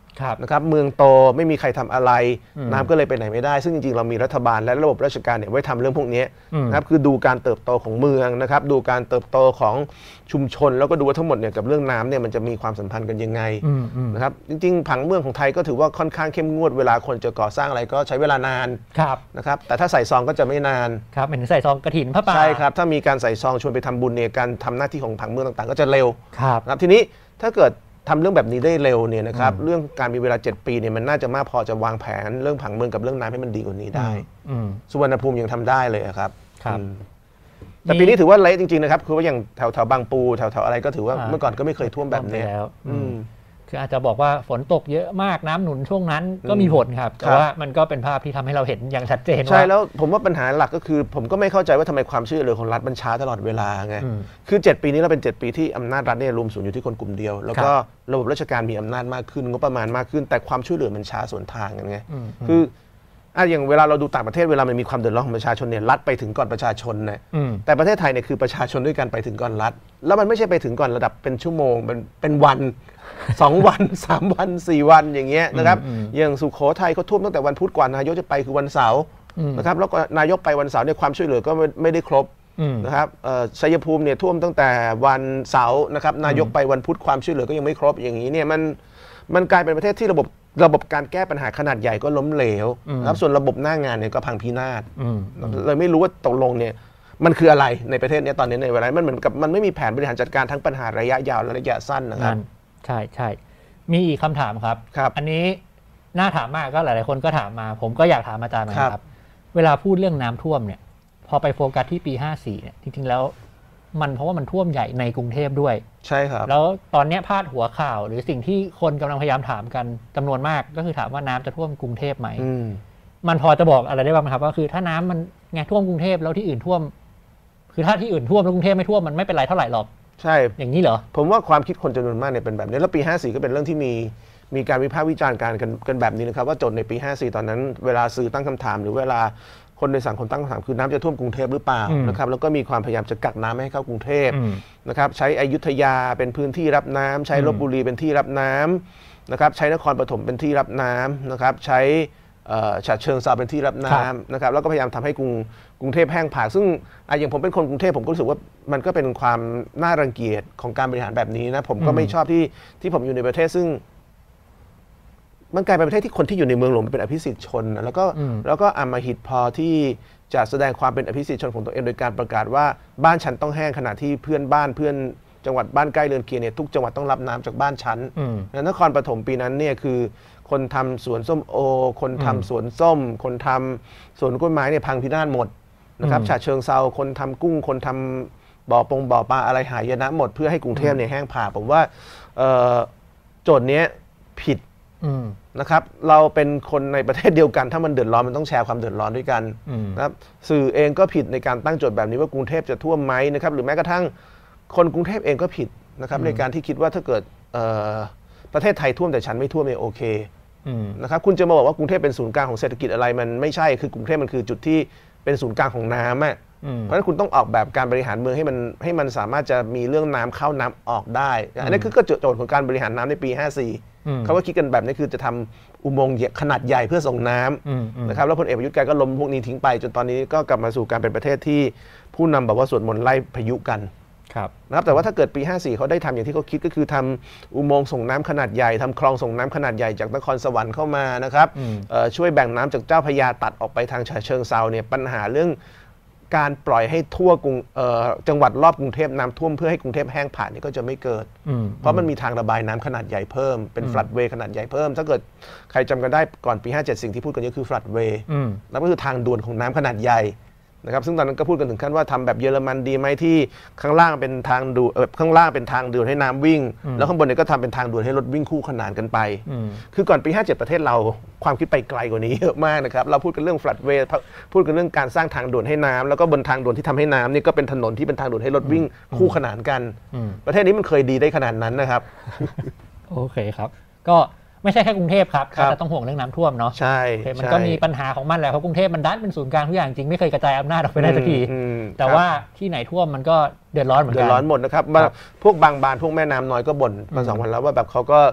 นะครับเมืองโตไม่มีใครทำอะไรน้ำก็เลยไปไหนไม่ได้ซึ่งจริงๆเรามีรัฐบาลและระบบราชการเนี่ยไว้ทำเรื่องพวกนี้นะครับคือดูการเติบโตของเมืองนะครับดูการเติบโตของชุมชนแล้วก็ดูว่าทั้งหมดเนี่ยกับเรื่องน้ำเนี่ยมันจะมีความสัมพันธ์กันยังไงนะครับจริงๆผังเมืองของไทยก็ถือว่าค่อนข้างเข้มงวดเวลาคนจะก่อสร้างอะไรก็ใช้เวลานานนะครับแต่ถ้าใส่ซองก็จะไม่นานครับเหมือนใส่ซองกฐินพระป่าใช่ครับถ้ามีการใส่ซองชวนไปทำบุญเนี่ยการทำหน้าที่ของผังเมืองต่างๆก็จะเร็วครับทีนี้ถ้าเกิดทำเรื่องแบบนี้ได้เร็วเนี่ยนะครับเรื่องการมีเวลาเจ็ดปีเนี่ยมันน่าจะมากพอจะวางแผนเรื่องผังเมืองกับเรื่องน้ำให้มันดีกว่านี้ได้สุวรรณภูมิยังทำได้เลยครับแต่ปีนี้ถือว่าเละจริงๆนะครับคือว่าอย่างแถวแถวบางปูแถวแถวอะไรก็ถือว่าเมื่อก่อนก็ไม่เคยท่วมแบบนี้คืออาจจะบอกว่าฝนตกเยอะมากน้ำหนุนช่วงนั้นก็มีผลครับแต่ว่ามันก็เป็นภาพที่ทำให้เราเห็นอย่างชัดเจนว่าใช่แล้วผมว่าปัญหาหลักก็คือผมก็ไม่เข้าใจว่าทำไมความช่วยเหลือของรัฐมันช้าตลอดเวลาไงคือเจ็ดปีนี้เราเป็นเจ็ดปีที่อำนาจรัฐเนี่ยรวมศูนย์อยู่ที่คนกลุ่มเดียวแล้วก็ระบบราชการมีอำนาจมากขึ้นงบประมาณมากขึ้นแต่ความช่วยเหลือมันช้าสวนทางกันไงคืออ่ะอย่างเวลาเราดูต่างประเทศเวลามันมีความเดือดร้อนของประชาชนเนี่ยรัฐไปถึงก่อนประชาชนเนี่ยแต่ประเทศไทยเนี่ยคือประชาชนด้วยกันไปถึงก่อนรัฐแล้วมันไม่ใช่ไปถึงก่อนระดับเป็นชั่วโมงเป็นเป็นวันสองวันสามวันสี่วันอย่างเงี้ยนะครับอย่างสุโขทัยเขาท่วมตั้งแต่วันพุธกว่านายกจะไปคือวันเสาร์นะครับแล้วก็นายกไปวันเสาร์เนี่ยความช่วยเหลือก็ไม่ได้ครบนะครับชัยภูมิเนี่ยท่วมตั้งแต่วันเสาร์นะครับนายกไปวันพุธความช่วยเหลือก็ยังไม่ครบอย่างนี้เนี่ยมันมันกลายเป็นประเทศที่ระบบระบบการแก้ปัญหาขนาดใหญ่ก็ล้มเหลวนะครับส่วนระบบหน้างานเนี่ยก็พังพินาศเลยไม่รู้ว่าตกลงเนี่ยมันคืออะไรในประเทศนี้ตอนนี้ในเวลามันเหมือนกับมันไม่มีแผนบริหารจัดการทั้งปัญหาระยะยาวและระยะสั้นนะครับใช่ใช่มีอีกคำถามครับอันนี้น่าถามมากก็หลายๆคนก็ถามมาผมก็อยากถามอาจารย์นะครับเวลาพูดเรื่องน้ำท่วมเนี่ยพอไปโฟกัสที่ปีห้าสี่เนี่ยจริงๆแล้วมันเพราะว่ามันท่วมใหญ่ในกรุงเทพด้วยใช่ครับแล้วตอนนี้พาดหัวข่าวหรือสิ่งที่คนกำลังพยายามถามกันจำนวนมากก็คือถามว่าน้ำจะท่วมกรุงเทพไหมมันพอจะบอกอะไรได้บ้างครับว่าคือถ้าน้ำมันไงท่วมกรุงเทพแล้วที่อื่นท่วมคือถ้าที่อื่นท่วมแล้วกรุงเทพไม่ท่วมมันไม่เป็นไรเท่าไหร่หรอกใช่อย่างนี้เหรอผมว่าความคิดคนจำนวนมากเนี่ยเป็นแบบนี้แล้วปีห้าสี่ก็เป็นเรื่องที่มีมีการวิพากษ์วิจารณ์กันกันแบบนี้นะครับว่าโจทย์ในปีห้าสี่ตอนนั้นเวลาสื่อตั้งคำถามหรือเวลาคนในสังคมตั้งคำถามคือน้ำจะท่วมกรุงเทพหรือเปล่านะครับแล้วก็มีความพยายามจะกักน้ำไม่ให้เข้ากรุงเทพนะครับใช้อยุธยาเป็นพื้นที่รับน้ำใช้ลพบุรีเป็นที่รับน้ำนะครับใช้นครปฐมเป็นที่รับน้ำนะครับใช้ฉะเชิงเทราเป็นที่รับน้ำนะครับแล้วก็พยายามทำให้กรุงกรุงเทพแห้งผากซึ่งอย่างผมเป็นคนกรุงเทพผมก็รู้สึกว่ามันก็เป็นความน่ารังเกียจของการบริหารแบบนี้นะผมก็ไม่ชอบที่ที่ผมอยู่ในประเทศซึ่งมันกลายเป็นประเทศที่คนที่อยู่ในเมืองหลวงเป็นอภิสิทธิชนแล้วก็แล้วก็อำมหิตพอที่จะแสดงความเป็นอภิสิทธิชนของตัวเองโดยการประกาศว่าบ้านฉันต้องแห้งขณะที่เพื่อนบ้านเพื่อนจังหวัดบ้านใกล้เรือนเคียงเนี่ยทุกจังหวัดต้องรับน้ำจากบ้านฉันนครปฐมปีนั้นเนี่ยคือคนทำสวนส้มโอคนทำสวนส้มคนทำสวนกล้วยไม้เนี่ยพังพินาศหมดนะครับฉะเชิงเทราคนทำกุ้งคนทำบ่อปงบ่อปลาอะไรหายนะหมดเพื่อให้กรุงเทพเนี่ยแห้งผากผมว่าโจทย์นี้ผิดนะครับเราเป็นคนในประเทศเดียวกันถ้ามันเดือดร้อนมันต้องแชร์ความเดือดร้อนด้วยกันนะครับสื่อเองก็ผิดในการตั้งโจทย์แบบนี้ว่ากรุงเทพจะท่วมไหมนะครับหรือแม้กระทั่งคนกรุงเทพเองก็ผิดนะครับในการที่คิดว่าถ้าเกิดประเทศไทยท่วมแต่ฉันไม่ท่วมเนี่ยโอเคนะครับคุณจะมาบอกว่ากรุงเทพเป็นศูนย์กลางของเศรษฐกิจอะไรมันไม่ใช่คือกรุงเทพมันคือจุดที่เป็นศูนย์กลางของน้ำอ่ะเพราะฉะนั้นคุณต้องออกแบบการบริหารเมืองให้มันให้มันสามารถจะมีเรื่องน้ำเข้าน้ำออกได้อันนี้คือก็โจทย์ของการบริหารน้ำในปีห้าสี่เขาก็คิดกันแบบนี้คือจะทำอุโมงค์ขนาดใหญ่เพื่อส่งน้ำนะครับแล้วพลเอกประยุทธ์แกก็ล้มพวกนี้ทิ้งไปจนตอนนี้ก็กลับมาสู่การเป็นประเทศที่ผู้นำบอกว่าสวดมนต์ไล่พายุกันนะครับแต่ว่าถ้าเกิดปีห้าสี่เขาได้ทำอย่างที่เขาคิดก็คือทำอุโมงค์ส่งน้ำขนาดใหญ่ทำคลองส่งน้ำขนาดใหญ่จากนครสวรรค์เข้ามานะครับช่วยแบ่งน้ำจากเจ้าพระยาตัดออกไปทางฉะเชิงเทราเนี่ยปัญหาเรื่องการปล่อยให้ทั่วกรุงจังหวัดรอบกรุงเทพน้ำท่วมเพื่อให้กรุงเทพแห้งผากนี่ก็จะไม่เกิดเพราะมันมีทางระบายน้ำขนาดใหญ่เพิ่มเป็นฟลัดเวย์ขนาดใหญ่เพิ่มถ้าเกิดใครจำกันได้ก่อนปีห้าเจ็ดสิ่งที่พูดกันเยอะคือฟลัดเวย์นั่นก็คือทางด่วนของน้ำขนาดใหญ่นะครับซึ่งตอนนั้นก็พูดกันถึงขั้นว่าทำแบบเยอรมันดีไหมที่ข้างล่างเป็นทางด่วนข้างล่างเป็นทางด่วนให้น้ำวิ่งแล้วข้างบนเนี่ยก็ทำเป็นทางด่วนให้รถวิ่งคู่ขนานกันไปคือก่อนปีห้าเจ็ดประเทศเราความคิดไปไกลกว่านี้เยอะมากนะครับเราพูดกันเรื่องฟลัดเวย์พูดกันเรื่องการสร้างทางด่วนให้น้ำแล้วก็บนทางด่วนที่ทำให้น้ำนี่ก็เป็นถนนที่เป็นทางด่วนให้รถวิ่งคู่ขนานกันประเทศนี้มันเคยดีได้ขนาดนั้นนะครับโอเคครับก็ไม่ใช่แค่กรุงเทพครับเราจะต้องห่วงเรื่องน้ำท่วมเนาะใช่มันก็มีปัญหาของมันแหละเพราะกรุงเทพมันดันเป็นศูนย์กลางทุกอย่างจริงไม่เคยกระจายอำนาจออกไปได้สักทีแต่ว่าที่ไหนท่วมมันก็เดือดร้อนเหมือนกันเดือดร้อนหมดนะครับพวกบางบานพวกแม่น้ำน้อยก็บ่นมาสองวันแล้วว่าแบบเขาก็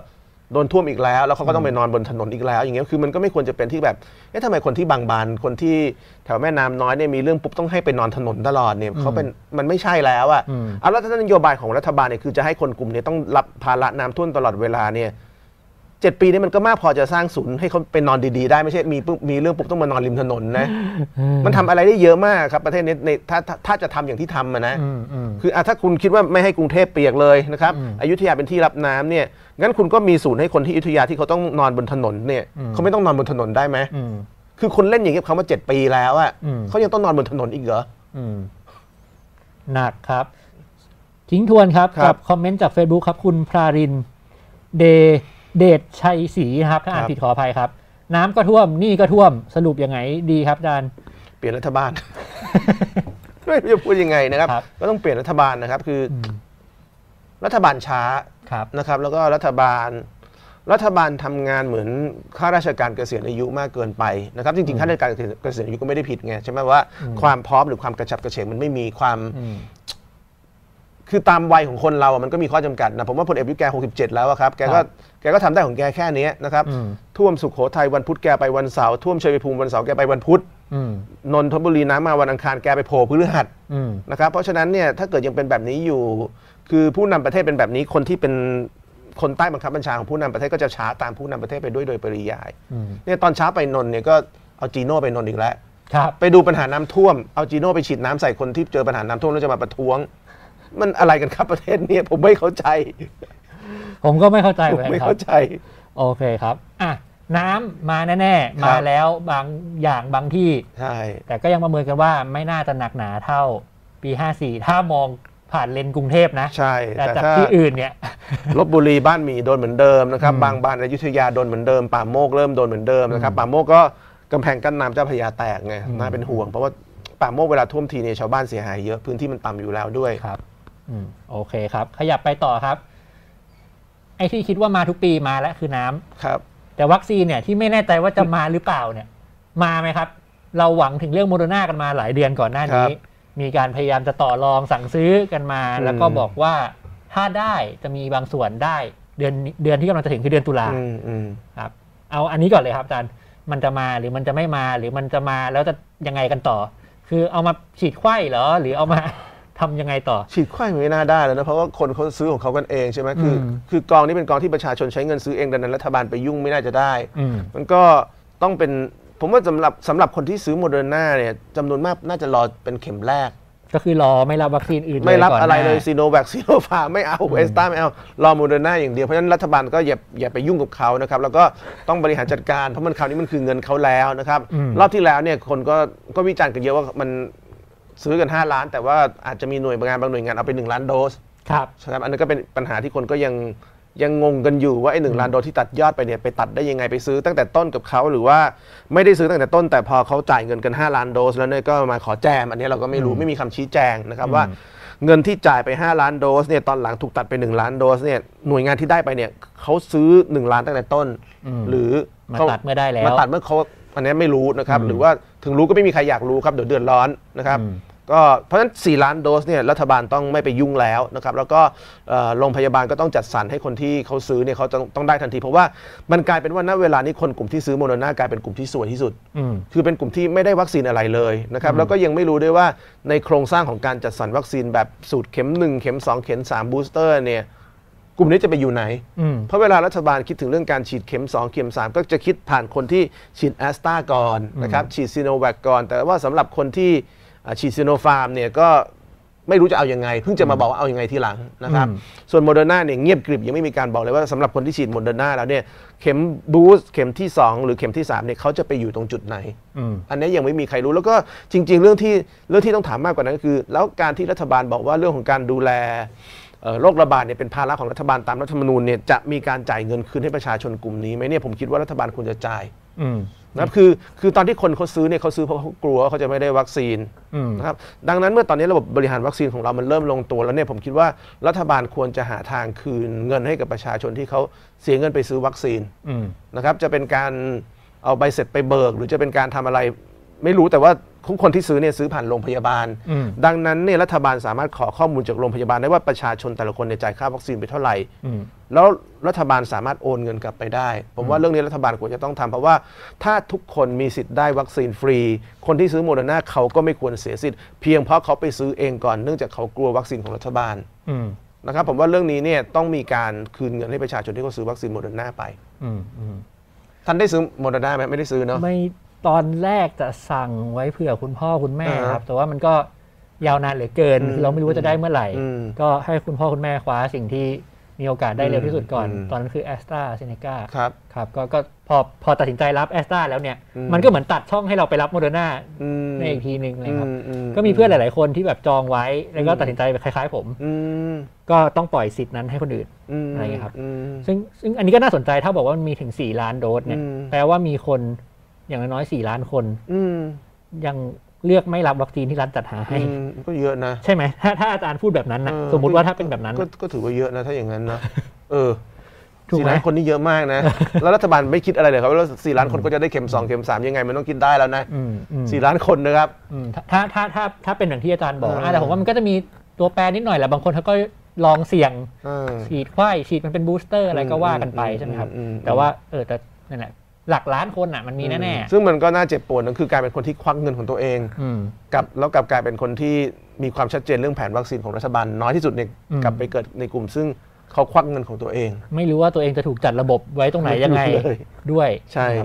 โดนท่วมอีกแล้วแล้วเขาก็ต้องไปนอนบนถนนอีกแล้วอย่างเงี้ยคือมันก็ไม่ควรจะเป็นที่แบบเอ๊ะทำไมคนที่บางบานคนที่แถวแม่น้ำน้อยเนี่ยมีเรื่องปุ๊บต้องให้ไปนอนถนนตลอดเนี่ยเขาเป็นมันไม่ใช่แล้วอ่ะเอาแล้วถ้านโยบายของรัฐบาลเนี่ยคือจะให้คนกลุ่มนี้ต้องรับภาระน้ำท่วมตลอดเวลาเนี่ยเจ็ดปีนี้มันก็มากพอจะสร้างศูนย์ให้เขาไปนอนดีๆได้ไม่ใช่มีปุ๊บมีเรื่องปุ๊บต้องมานอนริมถนนนะมันทำอะไรได้เยอะมากครับประเทศนี้ในถ้าถ้าจะทำอย่างที่ทำนะคือถ้าคุณคิดว่าไม่ให้กรุงเทพเปียกเลยนะครับอยุธยาเป็นที่รับน้ำเนี่ยงั้นคุณก็มีศูนย์ให้คนที่อยุธยาที่เขาต้องนอนบนถนนเนี่ยเขาไม่ต้องนอนบนถนนได้ไหมคือคนเล่นอย่างนี้เขามาเจ็ดปีแล้วอ่ะเขายังต้องนอนบนถนนอีกเหรอหนักครับทิ้งทวนครับกับคอมเมนต์จาก Facebook ครับคุณพรารินเดเดชชัยศรีนะครับถ้าอ่านผิดขออภัยครับน้ำก็ท่วมนี่ก็ท่วมสรุปยังไงดีครับอาจารย์เปลี่ยนรัฐบาล ไม่รู้จะพูดยังไงนะครับก็ต้องเปลี่ยนรัฐบาลนะครับคือรัฐบาลช้านะครับแล้วก็รัฐบาลรัฐบาลทำงานเหมือนข้าราชการเกษียณอายุมากเกินไปนะครับจริงๆข้าราชการเกษียณอายุก็ไม่ได้ผิดไงใช่ไหมว่าความพร้อมหรือความกระฉับกระเฉงมันไม่มีความคือตามวัยของคนเรามันก็มีข้อจำกัดนะผมว่าพลเอกประยุทธ์แกหกสิบเจ็ดแล้วครับแกก็แกก็ทำได้ของแกแค่นี้นะครับท่วมสุโขทัยวันพุธแกไปวันเสาร์ท่วมชัยภูมิวันเสาร์แกไปวันพุธนนทบุรีน้ำมาวันอังคารแกไปโผล่พฤหัสนะครับเพราะฉะนั้นเนี่ยถ้าเกิดยังเป็นแบบนี้อยู่คือผู้นำประเทศเป็นแบบนี้คนที่เป็นคนใต้บังคับบัญชาของผู้นำประเทศก็จะช้าตามผู้นำประเทศไปด้วยโดยปริยายเนี่ยตอนช้าไปนนท์เนี่ยก็เอาจีโน่ไปนนท์อีกแล้วไปดูปัญหาน้ำท่วมเอาจีโน่ไปฉีดน้ำใส่คนที่เจอปัญหาน้ำท่วมแล้วจะมาประท้วงมันอะไรกันครับประเทศนี้ผมไม่เข้าใจผมก็ไม่เข้าใจเหมือนกันไม่เข้าใจโอเคครับอ่ะน้ำมาแน่ๆมาแล้วบางอย่างบางที่ใช่แต่ก็ยังประเมินกันว่าไม่น่าจะหนักหนาเท่าปีห้าสี่ถ้ามองผ่านเลนกรุงเทพนะใช่แต่จากที่อื่นเนี่ยลพบุรีบ้านหมี่โดนเหมือนเดิมนะครับบางบานอยุธยาโดนเหมือนเดิมป่าโมกเริ่มโดนเหมือนเดิมนะครับป่าโมกก็กำแพงกั้นน้ำเจ้าพระยาแตกไงน่าเป็นห่วงเพราะว่าป่าโมกเวลาท่วมทีเนี่ยชาวบ้านเสียหายเยอะพื้นที่มันต่ำอยู่แล้วด้วยครับโอเคครับขยับไปต่อครับไอ้ที่คิดว่ามาทุกปีมาแล้วคือน้ำครับแต่วัคซีนเนี่ยที่ไม่แน่ใจว่าจะมาหรือเปล่าเนี่ยมาไหมครับเราหวังถึงเรื่องโมเดอร์นากันมาหลายเดือนก่อนหน้านี้มีการพยายามจะต่อรองสั่งซื้อกันมาแล้วก็บอกว่าถ้าได้จะมีบางส่วนได้เดือนเดือนที่กำลังจะถึงคือเดือนตุลาครับเอาอันนี้ก่อนเลยครับอาจารย์มันจะมาหรือมันจะไม่มาหรือมันจะมาแล้วจะยังไงกันต่อคือเอามาฉีดไข้เหรอหรือเอามาทำยังไงต่อฉีดไข้ไม่น่าได้แล้วนะเพราะว่าคนเขาซื้อของเขากันเองใช่ไหมคือคือกองนี้เป็นกองที่ประชาชนใช้เงินซื้อเองดังนั้นรัฐบาลไปยุ่งไม่น่าจะได้มันก็ต้องเป็นผมว่าสำหรับสำหรับคนที่ซื้อโมเดอร์นาเนี่ยจำนวนมากน่าจะรอเป็นเข็มแรกก็คือรอไม่รับวัคซีนอื่นไม่รับอะไรเลยซีโนแวคซีโนฟาร์มไม่เอาเอสตาไม่เอารอโมเดอร์นาอย่างเดียวเพราะฉะนั้นรัฐบาลก็อย่าอย่าไปยุ่งกับเขานะครับแล้วก็ต้องบริหารจัดการเพราะมันคราวนี้มันคือเงินเขาแล้วนะครับรอบที่แล้วเนี่ยคนก็ก็วิจารณ์กันเยอะว่ามันซื้อกันห้าล้านแต่ว่าอาจจะมีหน่วยงานบางหน่วยงานเอาไปหนึ่งล้านโดสครับใช่ครับอันนั้นก็เป็นปัญหาที่คนก็ยังยังงงกันอยู่ว่าไอ้หนึ่งล้านโดสที่ตัดยอดไปเนี่ยไปตัดได้ยังไงไปซื้อตั้งแต่ต้นกับเขาหรือว่าไม่ได้ซื้อตั้งแต่ต้นแต่พอเขาจ่ายเงินกันห้าล้านโดสแล้วเนี่ยก็มาขอแจมอันนี้เราก็ไม่รู้ไม่มีคำชี้แจงนะครับว่าเงินที่จ่ายไปห้าล้านโดสเนี่ยตอนหลังถูกตัดไปหนึ่งล้านโดสเนี่ยหน่วยงานที่ได้ไปเนี่ยเขาซื้อหนึ่งล้านตั้งแต่ต้นหรือมาตัดเมื่อได้แล้วมาตัดเมื่อเขาอันนี้ไม่รู้นะครับหรือว่าถึงรู้ก็ไม่มีใครอยากรู้ครับเดี๋ยวเดือดร้อนนะครับก็เพราะฉะนั้นสี่ล้านโดสเนี่ยรัฐบาลต้องไม่ไปยุ่งแล้วนะครับแล้วก็โรงพยาบาลก็ต้องจัดสรรให้คนที่เขาซื้อเนี่ยเขาต้องต้องได้ทันทีเพราะว่ามันกลายเป็นว่าณเวลานี้คนกลุ่มที่ซื้อโมเดอร์นากลายเป็นกลุ่มที่สวยที่สุดคือเป็นกลุ่มที่ไม่ได้วัคซีนอะไรเลยนะครับแล้วก็ยังไม่รู้ด้วยว่าในโครงสร้างของการจัดสรรวัคซีนแบบสูตรเข็มหนึ่งเข็มสองเข็มสามบูสเตอร์เนี่ยกลุ่มนี้จะไปอยู่ไหนเพราะเวลารัฐบาลคิดถึงเรื่องการฉีดเข็มสองเข็มสามก็จะคิดผ่านคนที่ฉีดแอสตราก่อนนะครับฉีดซีโนแวคก่อนแต่ว่าสำหรับคนที่ฉีดซีโนฟาร์มเนี่ยก็ไม่รู้จะเอายังไงเพิ่งจะมาบอกว่าเอายังไงทีหลังนะครับส่วนโมเดอร์นาเนี่ยเงียบกริบยังไม่มีการบอกเลยว่าสำหรับคนที่ฉีดโมเดอร์นาแล้วเนี่ยเข็มบูสต์เข็มที่สองหรือเข็มที่สามเนี่ยเขาจะไปอยู่ตรงจุดไหนอันนี้ยังไม่มีใครรู้แล้วก็จริงๆเรื่องที่เรื่องที่ต้องถามมากกว่านั้นก็คือแล้วการที่รัฐบาลบอกว่าเรื่องของการดูแลโรคระบาดเนี่ยเป็นภาระของรัฐบาลตามรัฐธรรมนูญเนี่ยจะมีการจ่ายเงินคืนให้ประชาชนกลุ่มนี้ไหมเนี่ยผมคิดว่ารัฐบาลควรจะจ่ายนะครับคือคือตอนที่คนเขาซื้อเนี่ยเขาซื้อเพราะเขากลัวว่าเขาจะไม่ได้วัคซีนนะครับดังนั้นเมื่อตอนนี้ระบบบริหารวัคซีนของเรามันเริ่มลงตัวแล้วเนี่ยผมคิดว่ารัฐบาลควรจะหาทางคืนเงินให้กับประชาชนที่เขาเสียเงินไปซื้อวัคซีนนะครับจะเป็นการเอาใบเสร็จไปเบิกหรือจะเป็นการทำอะไรไม่รู้แต่ว่าทุกคนที่ซื้อเนี่ยซื้อผ่านโรงพยาบาลดังนั้นเนี่ยรัฐบาลสามารถขอข้อมูลจากโรงพยาบาลได้ว่าประชาชนแต่ละคนเนี่ยจ่ายค่าวัคซีนไปเท่าไหร่แล้วรัฐบาลสามารถโอนเงินกลับไปได้ผมว่าเรื่องนี้รัฐบาลควรจะต้องทำเพราะว่าถ้าทุกคนมีสิทธิ์ได้วัคซีนฟรีคนที่ซื้อโมเดอร์นาเขาก็ไม่ควรเสียสิทธิ์เพียงเพราะเขาไปซื้อเองก่อนเนื่องจากเขากลัววัคซีนของรัฐบาลนะครับผมว่าเรื่องนี้เนี่ยต้องมีการคืนเงินให้ประชาชนที่เขาซื้อวัคซีนโมเดอร์นาไปท่านได้ซื้อโมเดอร์นาไหมไม่ได้ซื้อเนาะไม่ตอนแรกจะสั่งไว้เผื่อคุณพ่อคุณแม่ครับแต่ว่ามันก็ยาวนานเหลือเกินเราไม่รู้ว่าจะได้เมื่อไหร่ก็ให้คุณพ่อคุณแม่คว้าสิ่งที่มีโอกาสได้เร็วที่สุดก่อนตอนนั้นคือแอสตราเซเนกาครับครับก็ก็พอพอตัดสินใจรับแอสตราแล้วเนี่ยมันก็เหมือนตัดช่องให้เราไปรับโมเดอร์นาในอีกทีนึงเลยครับก็มีเพื่อนหลายๆคนที่แบบจองไว้แล้วก็ตัดสินใจแบบคล้ายๆผมก็ต้องปล่อยสิทธินั้นให้คนอื่นอะไรอย่างเงี้ยครับซึ่งซึ่งอันนี้ก็น่าสนใจถ้าบอกว่ามันมีถึงสี่ล้านโดสเนี่ยแปลว่ามีคนอย่างน้อยสี่ล้านคนยังเลือกไม่รับวัคซีนที่รัฐจัดหาให้ก็เยอะนะใช่ไหมถ้าถ้าอาจารย์พูดแบบนั้นนะสมมุติว่าถ้าเป็นแบบนั้นก็ถือว่าเยอะนะถ้าอย่างนั้นนะเออสี่ล้านคนนี่เยอะมากนะแล้วรัฐบาลไม่คิดอะไรเลยครับว่าสี่ล้านคนก็จะได้เข็มสองเข็มสามยังไงมันต้องคิดได้แล้วนะสี่ล้านคนนะครับถ้าถ้าถ้าถ้าเป็นอย่างที่อาจารย์บอกแต่ผมว่ามันก็จะมีตัวแปรนิดหน่อยแหละบางคนเขาก็ลองเสี่ยงฉีดไข้ฉีดมันเป็นบูสเตอร์อะไรก็ว่ากันไปใช่ไหมครับแต่ว่าเออแต่นั่นแหละหลักล้านคนอ่ะมันมีแน่ๆซึ่งมันก็น่าเจ็บปวดนั่นคือการเป็นคนที่ควักเงินของตัวเองกับแล้วกลับกลายเป็นคนที่มีความชัดเจนเรื่องแผนวัคซีนของรัฐบาลน้อยที่สุดเนี่ยกลับไปเกิดในกลุ่มซึ่งเขาควักเงินของตัวเองไม่รู้ว่าตัวเองจะถูกจัดระบบไว้ตรงไหนยังไงด้วยใช่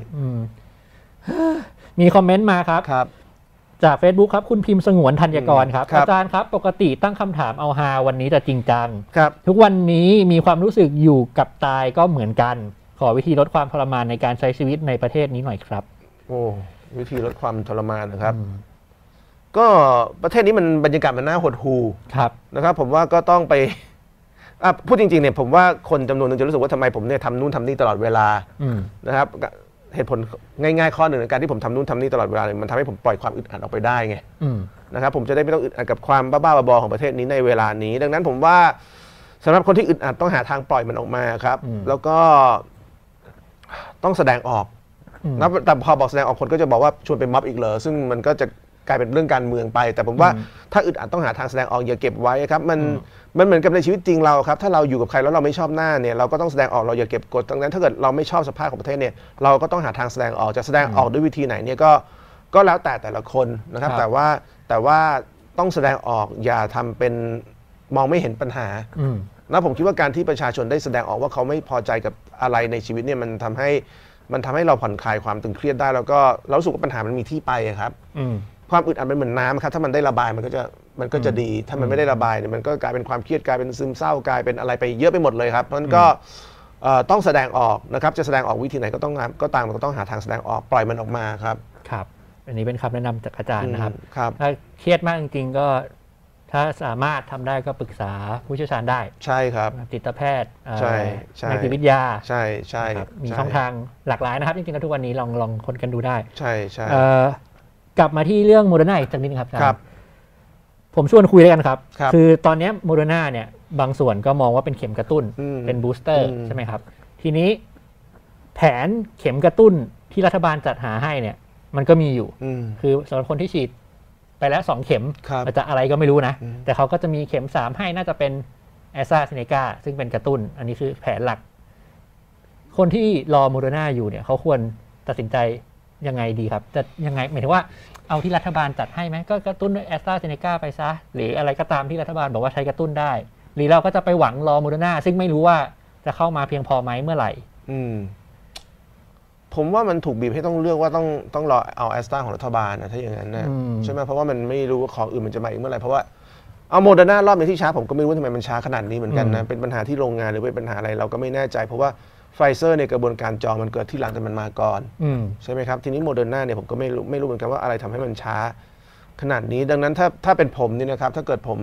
มีคอมเมนต์มาครับจาก Facebook ครับคุณพิมพ์สงวนธัญกรครับอาจารย์ครับปกติตั้งคำถามเอาฮาวันนี้แต่จริงจังทุกวันนี้มีความรู้สึกอยู่กับตายก็เหมือนกันขอวิธีลดความทรมานในการใช้ชีวิตในประเทศนี้หน่อยครับโอ้วิธีลดความทรมานนะครับก็ประเทศนี้มันบรรยากาศมันน่าหดหู่นะครับผมว่าก็ต้องไปพูดจริงๆเนี่ยผมว่าคนจำนวนนึงจะรู้สึกว่าทำไมผมเนี่ยทำนู่นทำนี่ตลอดเวลานะครับเหตุผลง่ายๆข้อหนึ่งในการที่ผมทำนู่นทำนี่ตลอดเวลามันทำให้ผมปล่อยความอึดอัดออกไปได้ไงนะครับผมจะได้ไม่ต้องอึดอัดกับความบ้าๆบอๆของประเทศนี้ในเวลานี้ดังนั้นผมว่าสำหรับคนที่อึดอัดต้องหาทางปล่อยมันออกมาครับแล้วก็ต้องแสดงออกนะแต่พอบอกแสดงออกคนก็จะบอกว่าชวนไปม็อบอีกเหรอซึ่งมันก็จะกลายเป็นเรื่องการเมืองไปแต่ผมว่าถ้าอึดอัดต้องหาทางแสดงออกอย่าเก็บไว้ครับมันมันเหมือนกับในชีวิตจริงเราครับถ้าเราอยู่กับใครแล้วเราไม่ชอบหน้าเนี่ยเราก็ต้องแสดงออกเราอย่าเก็บกดดังนั้นถ้าเกิดเราไม่ชอบสภาพของประเทศเนี่ยเราก็ต้องหาทางแสดงออกจะแสดงออกด้วยวิธีไหนเนี่ยก็ก็แล้วแต่แต่ละคนนะครับแต่ว่าแต่ว่าต้องแสดงออกอย่าทำเป็นมองไม่เห็นปัญหาแล้วผมคิดว่าการที่ประชาชนได้แสดงออกว่าเขาไม่พอใจกับอะไรในชีวิตเนี่ยมันทำให้มันทำให้เราผ่อนคลายความตึงเครียดได้แล้วก็เรารู้สึกว่าปัญหามันมีที่ไปครับความอึดอัดมันเหมือนน้ำครับถ้ามันได้ระบายมันก็จะมันก็จะดีถ้ามันไม่ได้ระบายเนี่ยมันก็กลายเป็นความเครียดกลายเป็นซึมเศร้ากลายเป็นอะไรไปเยอะไปหมดเลยครับเพราะฉะนั้นก็ต้องแสดงออกนะครับจะแสดงออกวิธีไหนก็ต้องก็ตามมันก็ต้องหาทางแสดงออกปล่อยมันออกมาครับครับอันนี้เป็นคำแนะนำจากอาจารย์นะครับครับถ้าเครียดมากจริงๆก็ถ้าสามารถทำได้ก็ปรึกษาผู้เชี่ยวชาญได้ใช่ครับจิตแพทย์ใช่นักจิตวิทยาใช่ใช่มีช่องทางหลากหลายนะครับจริงๆแล้วทุกวันนี้ลองลองคนกันดูได้ใช่ใช่กลับมาที่เรื่องโมเดอร์นาอีกสักนิดนึงครับครับผมชวนคุยด้วยกันครับคือตอนนี้โมเดอร์นาเนี่ยบางส่วนก็มองว่าเป็นเข็มกระตุ้นเป็นบูสเตอร์ใช่ไหมครับทีนี้แผนเข็มกระตุ้นที่รัฐบาลจัดหาให้เนี่ยมันก็มีอยู่คือสำหรับคนที่ฉีดไปแล้วสองเข็มอาจจะอะไรก็ไม่รู้นะแต่เขาก็จะมีเข็มสามให้น่าจะเป็นแอสตราเซเนกาซึ่งเป็นกระตุ้นอันนี้คือแผนหลักคนที่รอโมเดอร์นาอยู่เนี่ยเขาควรตัดสินใจยังไงดีครับจะยังไงหมายถึงว่าเอาที่รัฐบาลจัดให้ไหมก็กระตุ้นด้วยแอสตราเซเนกาไปซะหรืออะไรก็ตามที่รัฐบาลบอกว่าใช้กระตุ้นได้หรือเราก็จะไปหวังรอโมเดอร์นาซึ่งไม่รู้ว่าจะเข้ามาเพียงพอไหมเมื่อไหร่ผมว่ามันถูกบีบให้ต้องเลือกว่าต้องต้องรอเอาแอสตราของรัฐบาลนะถ้าอย่างนั้นนะใช่ไหมเพราะว่ามันไม่รู้ว่าของอื่นมันจะมาอีกเมื่อไหร่เพราะว่าเอาโมเดอร์นารอบนี้ที่ช้าผมก็ไม่รู้ทำไมมันช้าขนาดนี้เหมือนกันนะเป็นปัญหาที่โรงงานหรือเป็นปัญหาอะไรเราก็ไม่แน่ใจเพราะว่าไฟเซอร์ในกระบวนการจองมันเกิดที่หลังแต่มันมาก่อนใช่ไหมครับทีนี้โมเดอร์นาเนี่ยผมก็ไม่รู้ไม่รู้เหมือนกันว่าอะไรทำให้มันช้าขนาดนี้ดังนั้นถ้าถ้าเป็นผมนี่นะครับถ้าเกิดผม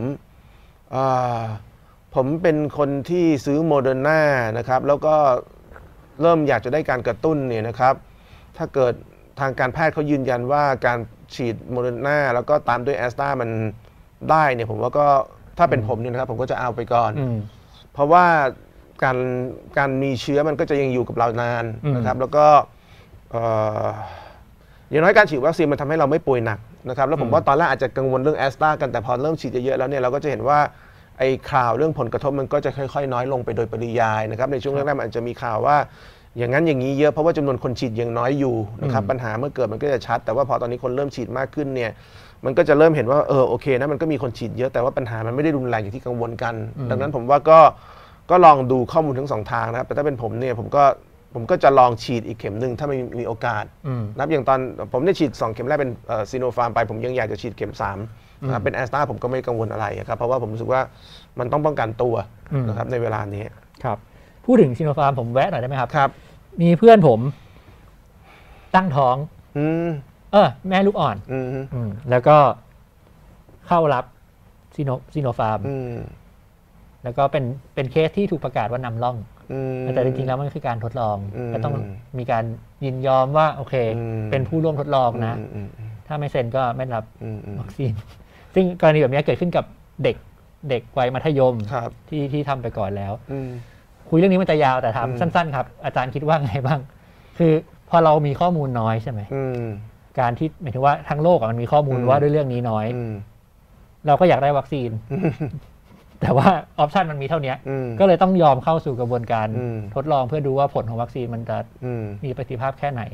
ผมเป็นคนที่ซื้อโมเดอร์นานะครับแล้วก็เริ่มอยากจะได้การกระตุ้นเนี่ยนะครับถ้าเกิดทางการแพทย์เขายืนยันว่าการฉีดโมเดอร์นาแล้วก็ตามด้วยแอสตรามันได้เนี่ยผมว่าก็ถ้าเป็นผมเนี่ยนะครับผมก็จะเอาไปก่อนเพราะว่าการการมีเชื้อมันก็จะยังอยู่กับเรานานนะครับแล้วก็อย่างน้อยการฉีดวัคซีนมันทำให้เราไม่ป่วยหนักนะครับแล้วผมว่าตอนแรกอาจจะกังวลเรื่องแอสตรากันแต่พอเริ่มฉีดเยอะๆแล้วเนี่ยเราก็จะเห็นว่าไอ้ข่าวเรื่องผลกระทบมันก็จะค่อยๆน้อยลงไปโดยปริยายนะครับในช่วงแรกๆมันอาจจะมีข่าวว่าอย่างนั้นอย่างนี้เยอะเพราะว่าจำนวนคนฉีดยังน้อยอยู่นะครับปัญหาเมื่อเกิดมันก็จะชัดแต่ว่าพอตอนนี้คนเริ่มฉีดมากขึ้นเนี่ยมันก็จะเริ่มเห็นว่าเออโอเคนะมันก็มีคนฉีดเยอะแต่ว่าปัญหามันไม่ได้รุนแรงอย่างที่กังวลกันดังนั้นผมว่าก็ก็ลองดูข้อมูลทั้งสองทางนะครับแต่ถ้าเป็นผมเนี่ยผมก็ผมก็จะลองฉีดอีกเข็มหนึ่งถ้าไม่มีโอกาสนับอย่างตอนผมได้ฉีดสองเข็มแรกเป็นซีโนฟาร์มไปผมยังอยากจะฉีดเข็มสามนะครับเป็นแอสตราผมก็ไม่กังวลอะไรครับเพราะว่าผมรู้สึกว่ามันต้องป้องกันตัวนะครับในเวลานี้ครับพูดถึงซีโนฟาร์มผมแวะหน่อยได้ไหมครับครับมีเพื่อนผมตั้งท้องอืมเออแม่ลูกอ่อนอืมอืมแล้วก็เข้ารับซีโนซีโนฟาร์มแล้วก็เป็นเป็นเคสที่ถูกประกาศว่านำร่องแต่จริงๆแล้วมันคือการทดลองก็ต้องมีการยินยอมว่าโอเคเป็นผู้ร่วมทดลองนะถ้าไม่เซ็นก็ไม่รับวัคซีนซึ่งกรณีแบบนี้เกิดขึ้นกับเด็กเด็กวัยมัธยมที่ที่ทำไปก่อนแล้วคุยเรื่องนี้มันจะยาวแต่ถามสั้นๆครับอาจารย์คิดว่าไงบ้างคือพอเรามีข้อมูลน้อยใช่ไหมการที่หมายถึงว่าทั้งโลกมันมีข้อมูลว่าด้วยเรื่องนี้น้อยเราก็อยากได้วัคซีนแต่ว่าออปชันมันมีเท่านี้ก็เลยต้องยอมเข้าสู่กระบวนการทดลองเพื่อดูว่าผลของวัคซีนมันจะมีประสิทธิภาพแค่ไหน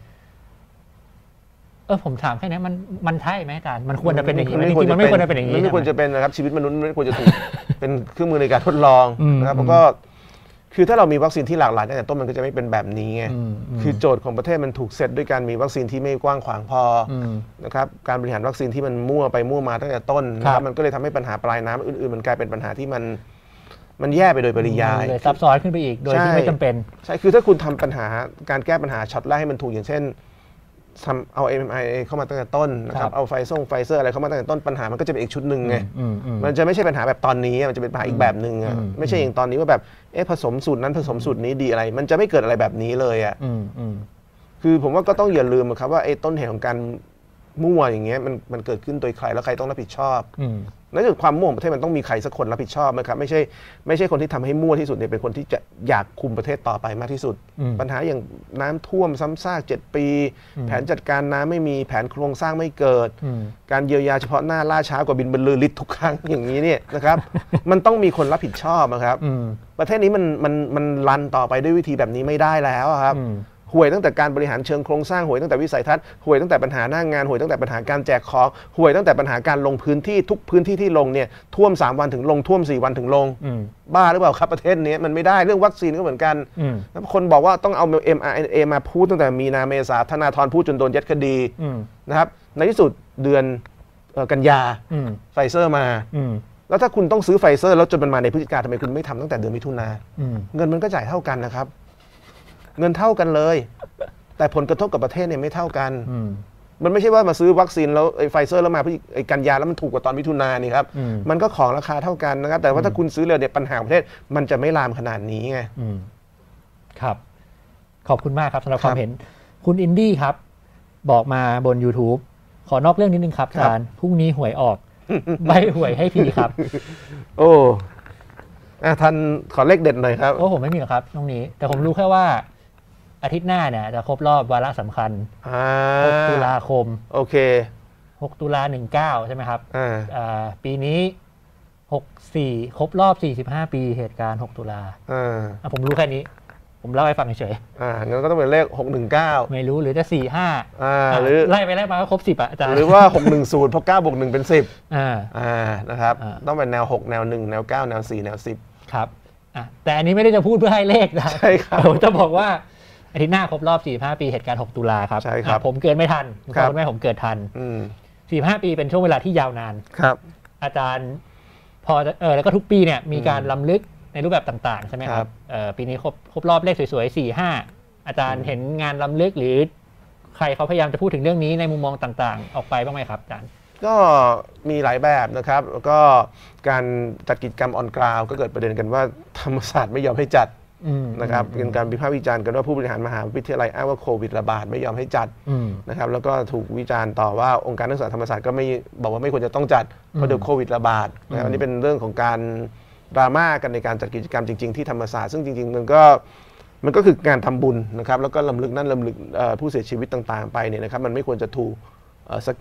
เออผมถามแค่นี้มันมันใช่ไหมอาจารย์มันควรจะเป็นอย่างนี้ไหมจริงๆมันไม่ควรจะเป็นอย่างนี้ไม่ควรจะเป็นนะครับชีวิตมนุษย์ไม่ควรจะถูกเป็นเครื่องมือในการทดลองนะครับแล้วก็คือถ้าเรามีวัคซีนที่หลากหลายตั้งแต่ต้นมันก็จะไม่เป็นแบบนี้ไงคือโจทย์ของประเทศมันถูกเซตด้วยการมีวัคซีนที่ไม่กว้างขวางพอนะครับการบริหารวัคซีนที่มันมั่วไปมั่วมาตั้งแต่ต้นนะครับมันก็เลยทำให้ปัญหาปลายน้ำอื่นๆมันกลายเป็นปัญหาที่มันมันแย่ไปโดยปริยายซับซ้อนขึ้นไปอีกโดยที่ไม่จำเป็นใช่คือถ้าคุณทำปัญหาการแก้ปัญหาช็อตแรกให้มันถูกอย่างเช่นทำเอา เอ็ม เอ็ม ไอ เข้ามาตั้งแต่ต้นนะครับเอาไฟซ่งไฟเซอร์อะไรเข้ามาตั้งแต่ต้นปัญหามันก็จะเป็นอีกชุดหนึ่งไงมันจะไม่ใช่ปัญหาแบบตอนนี้มันจะเป็นปัญหาอีกแบบหนึ่งไม่ใช่อย่างตอนนี้ว่าแบบเอ๊ะผสมสูตรนั้นผสมสูตรนี้ดีอะไรมันจะไม่เกิดอะไรแบบนี้เลยอ่ะคือผมว่าก็ต้องอย่าลืมครับว่าไอ้ต้นเหตุของการมั่วอย่างเงี้ยมันมันเกิดขึ้นโดยใครแล้วใครต้องรับผิดชอบนั่นคือความมั่วของประเทศมันต้องมีใครสักคนรับผิดชอบนะครับไม่ใช่ไม่ใช่คนที่ทำให้มั่วที่สุดเนี่ยเป็นคนที่จะอยากคุมประเทศต่อไปมากที่สุดปัญหาอย่างน้ำท่วมซ้ำซากเจ็ดปีแผนจัดการน้ำไม่มีแผนโครงสร้างไม่เกิดการเยียวยาเฉพาะหน้าล่าช้ากว่าบินบรรลือฤทธิ์ทุกครั้งอย่างนี้เนี่ยนะครับมันต้องมีคนรับผิดชอบนะครับประเทศนี้มันมันมันรันต่อไปด้วยวิธีแบบนี้ไม่ได้แล้วครับห่วยตั้งแต่การบริหารเชิงโครงสร้างห่วยตั้งแต่วิสัยทัศน์ห่วยตั้งแต่ปัญหาหน้างานห่วยตั้งแต่ปัญหาการแจกของห่วยตั้งแต่ปัญหาการลงพื้นที่ทุกพื้นที่ที่ลงเนี่ยท่วมสามวันถึงลงท่วมสี่วันถึงลงบ้าหรือเปล่าครับประเทศนี้มันไม่ได้เรื่องวัคซีนก็เหมือนกันคนบอกว่าต้องเอา เอ็ม อาร์ เอ็น เอ มาพูดตั้งแต่มีนาเมษาธนาธรพูดจนโดนยัดคดีนะครับในที่สุดเดือนกันยาไฟเซอร์มาแล้วถ้าคุณต้องซื้อไฟเซอร์แล้วจนมันมาในพฤศจิกาทำไมคุณไม่ทำตั้งแต่เดือนมิถุนาเงินมันก็จ่ายเท่ากันนะครับเงินเท่ากันเลยแต่ผลกระทบกับประเทศเนี่ยไม่เท่ากันมันไม่ใช่ว่ามาซื้อวัคซีนแล้วไอ้ไฟเซอร์แล้วมาไอ้กันยาแล้วมันถูกกว่าตอนมิถุนายนนี่ครับมันก็ของราคาเท่ากันนะครับแต่ว่าถ้าคุณซื้อเร็วเนี่ยปัญหาประเทศมันจะไม่ลามขนาดนี้ไงครับขอบคุณมากครับสำหรับความเห็นคุณอินดี้ครับบอกมาบน YouTube ขอนอกเรื่องนิดนึงครับอาจารย์พรุ่งนี้หวยออกใบหวยให้ทีครับโอ้ท่านขอเลขเด็ดหน่อยครับโอ้ผมไม่มีหรอกครับตรงนี้แต่ผมรู้แค่ว่าอาทิตย์หน้าเนี่ยจะครบรอบวาระสำคัญหกตุลาคมโอเคหกตุลาหนึ่งเก้าใช่ไหมครับปีนี้หกสี่ครบรอบสี่สิบห้าปีเหตุการณ์หกตุลาผมรู้แค่นี้ผมเล่าให้ฟังเฉยๆอ่างั้นก็ต้องเป็นเลขหกหนึ่งเก้าไม่รู้หรือจะสี่ห้าอ่าหรือไล่ไปไล่มาก็ครบสิบอ่ะอาจารย์หรือว่าหกหนึ่งศูนย์เพราะเก้าบวกหนึ่งเป็นสิบอ่าอ่านะครับต้องเป็นแนวหกแนวหนึ่งแนวเก้าแนวสี่แนวสิบครับอ่ะแต่อันนี้ไม่ได้จะพูดเพื่อให้เลขนะใช่ครับผมจะบอกว่าอาทิตย์หน้าครบรอบสี่สิบห้าปีเหตุการณ์หกตุลาครับใช่ครับผมเกิดไม่ทันคุณแม่ผมเกิดทันสี่สิบห้าปีเป็นช่วงเวลาที่ยาวนานครับอาจารย์พอเออแล้วก็ทุกปีเนี่ยมีการรำลึกในรูปแบบต่างๆใช่ไหมครับปีนี้ครบครบรอบเลขสวยๆสี่ห้าอาจารย์เห็นงานรำลึกหรือใครเขาพยายามจะพูดถึงเรื่องนี้ในมุมมองต่างๆออกไปบ้างไหมครับอาจารย์ก็มีหลายแบบนะครับแล้วก็การจัดกิจกรรมออนกราวก็เกิดประเด็นกันว่าธรรมศาสตร์ไม่ยอมให้จัดนะครับเป็นการวิพากษ์วิจารณ์กันว่าผู้บริหารมหาวิทยาลัยอ้างว่าโควิดระบาดไม่ยอมให้จัดนะครับแล้วก็ถูกวิจารณ์ต่อว่าองค์การนักศึกษาธรรมศาสตร์ก็ไม่บอกว่าไม่ควรจะต้องจัดเพราะเดี๋ยวโควิดระบาดนะครับอันนี้เป็นเรื่องของการดราม่ากันในการจัดกิจกรรมจริงๆที่ธรรมศาสตร์ซึ่งจริงๆมันก็มันก็คือการทำบุญนะครับแล้วก็รำลึกนั่นรำลึกผู้เสียชีวิตต่างๆไปเนี่ยนะครับมันไม่ควรจะถูกสกัด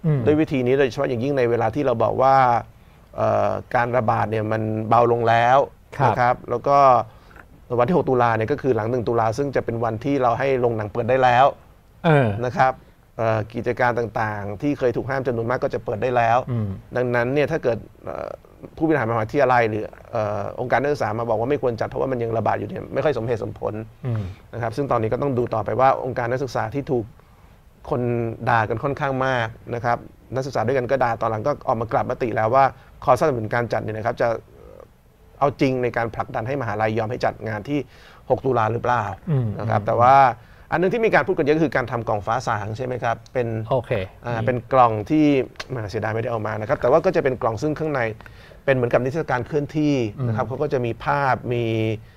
ด้วยวิธีนี้โดยเฉพาะอย่างยิ่งในเวลาที่เราบอกว่าการระบาดเนี่ยมันเบาลงแล้วนะครับแล้วก็วันที่หกตุลาเนี่ยก็คือหลังหนึ่งตุลาซึ่งจะเป็นวันที่เราให้โรงหนังเปิดได้แล้วนะครับกิจการต่างๆที่เคยถูกห้ามจำนวนมากก็จะเปิดได้แล้วดังนั้นเนี่ยถ้าเกิดผู้บริหารมหาวิทยาลัยหรือองค์การนักศึกษามาบอกว่าไม่ควรจัดเพราะว่ามันยังระบาดอยู่เนี่ยไม่ค่อยสมเหตุสมผลนะครับซึ่งตอนนี้ก็ต้องดูต่อไปว่าองค์การนักศึกษาที่ถูกคนด่ากันค่อนข้างมากนะครับนักศึกษาด้วยกันก็ด่าตอนหลังก็ออกมากลับมติแล้วว่าขอสนับสนุนการจัดเนี่ยนะครับจะเอาจริงในการผลักดันให้มหาลัยยอมให้จัดงานที่หกตุลาหรือเปล่านะครับแต่ว่าอันนึงที่มีการพูดกันเยอะคือการทำกล่องฟ้าสางใช่ไหมครับเป็นโอเคอ่าเป็นกล่องที่มาเสียดายไม่ได้เอามานะครับแต่ว่าก็จะเป็นกล่องซึ่งข้างในเป็นเหมือนกับนิทรรศการเคลื่อนที่นะครับเขาก็จะมีภาพมี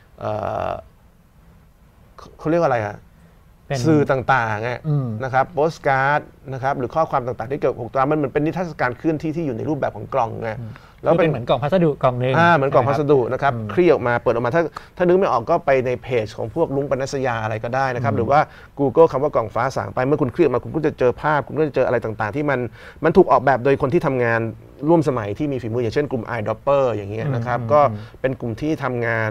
เขาเรียกว่าอะไรอะสื่อต่างๆนะครับโปสการ์ดนะครับหรือข้อความต่างๆที่เกี่ยวกับหกตุลามันเหมือนเป็นนิทรรศการเคลื่อนที่ที่อยู่ในรูปแบบของกล่องไงแล้วเป็นเหมือนกล่องพัสดุกล่องนึงอ่าเหมือนกล่องพัสดุนะครับคลี่ออกมาเปิดออกมาถ้าถ้านึกไม่ออกก็ไปในเพจของพวกลุงปนัสยาอะไรก็ได้นะครับหรือว่า Google คำว่ากล่องฟ้าสางไปเมื่อคุณคลี่ออกมาคุณก็จะเจอภาพคุณก็จะเจออะไรต่างๆที่มันมันถูกออกแบบโดยคนที่ทำงานร่วมสมัยที่มีฝีมืออย่างเช่นกลุ่ม iDopper อย่างเงี้ยนะครับก็เป็นกลุ่มที่ทำงาน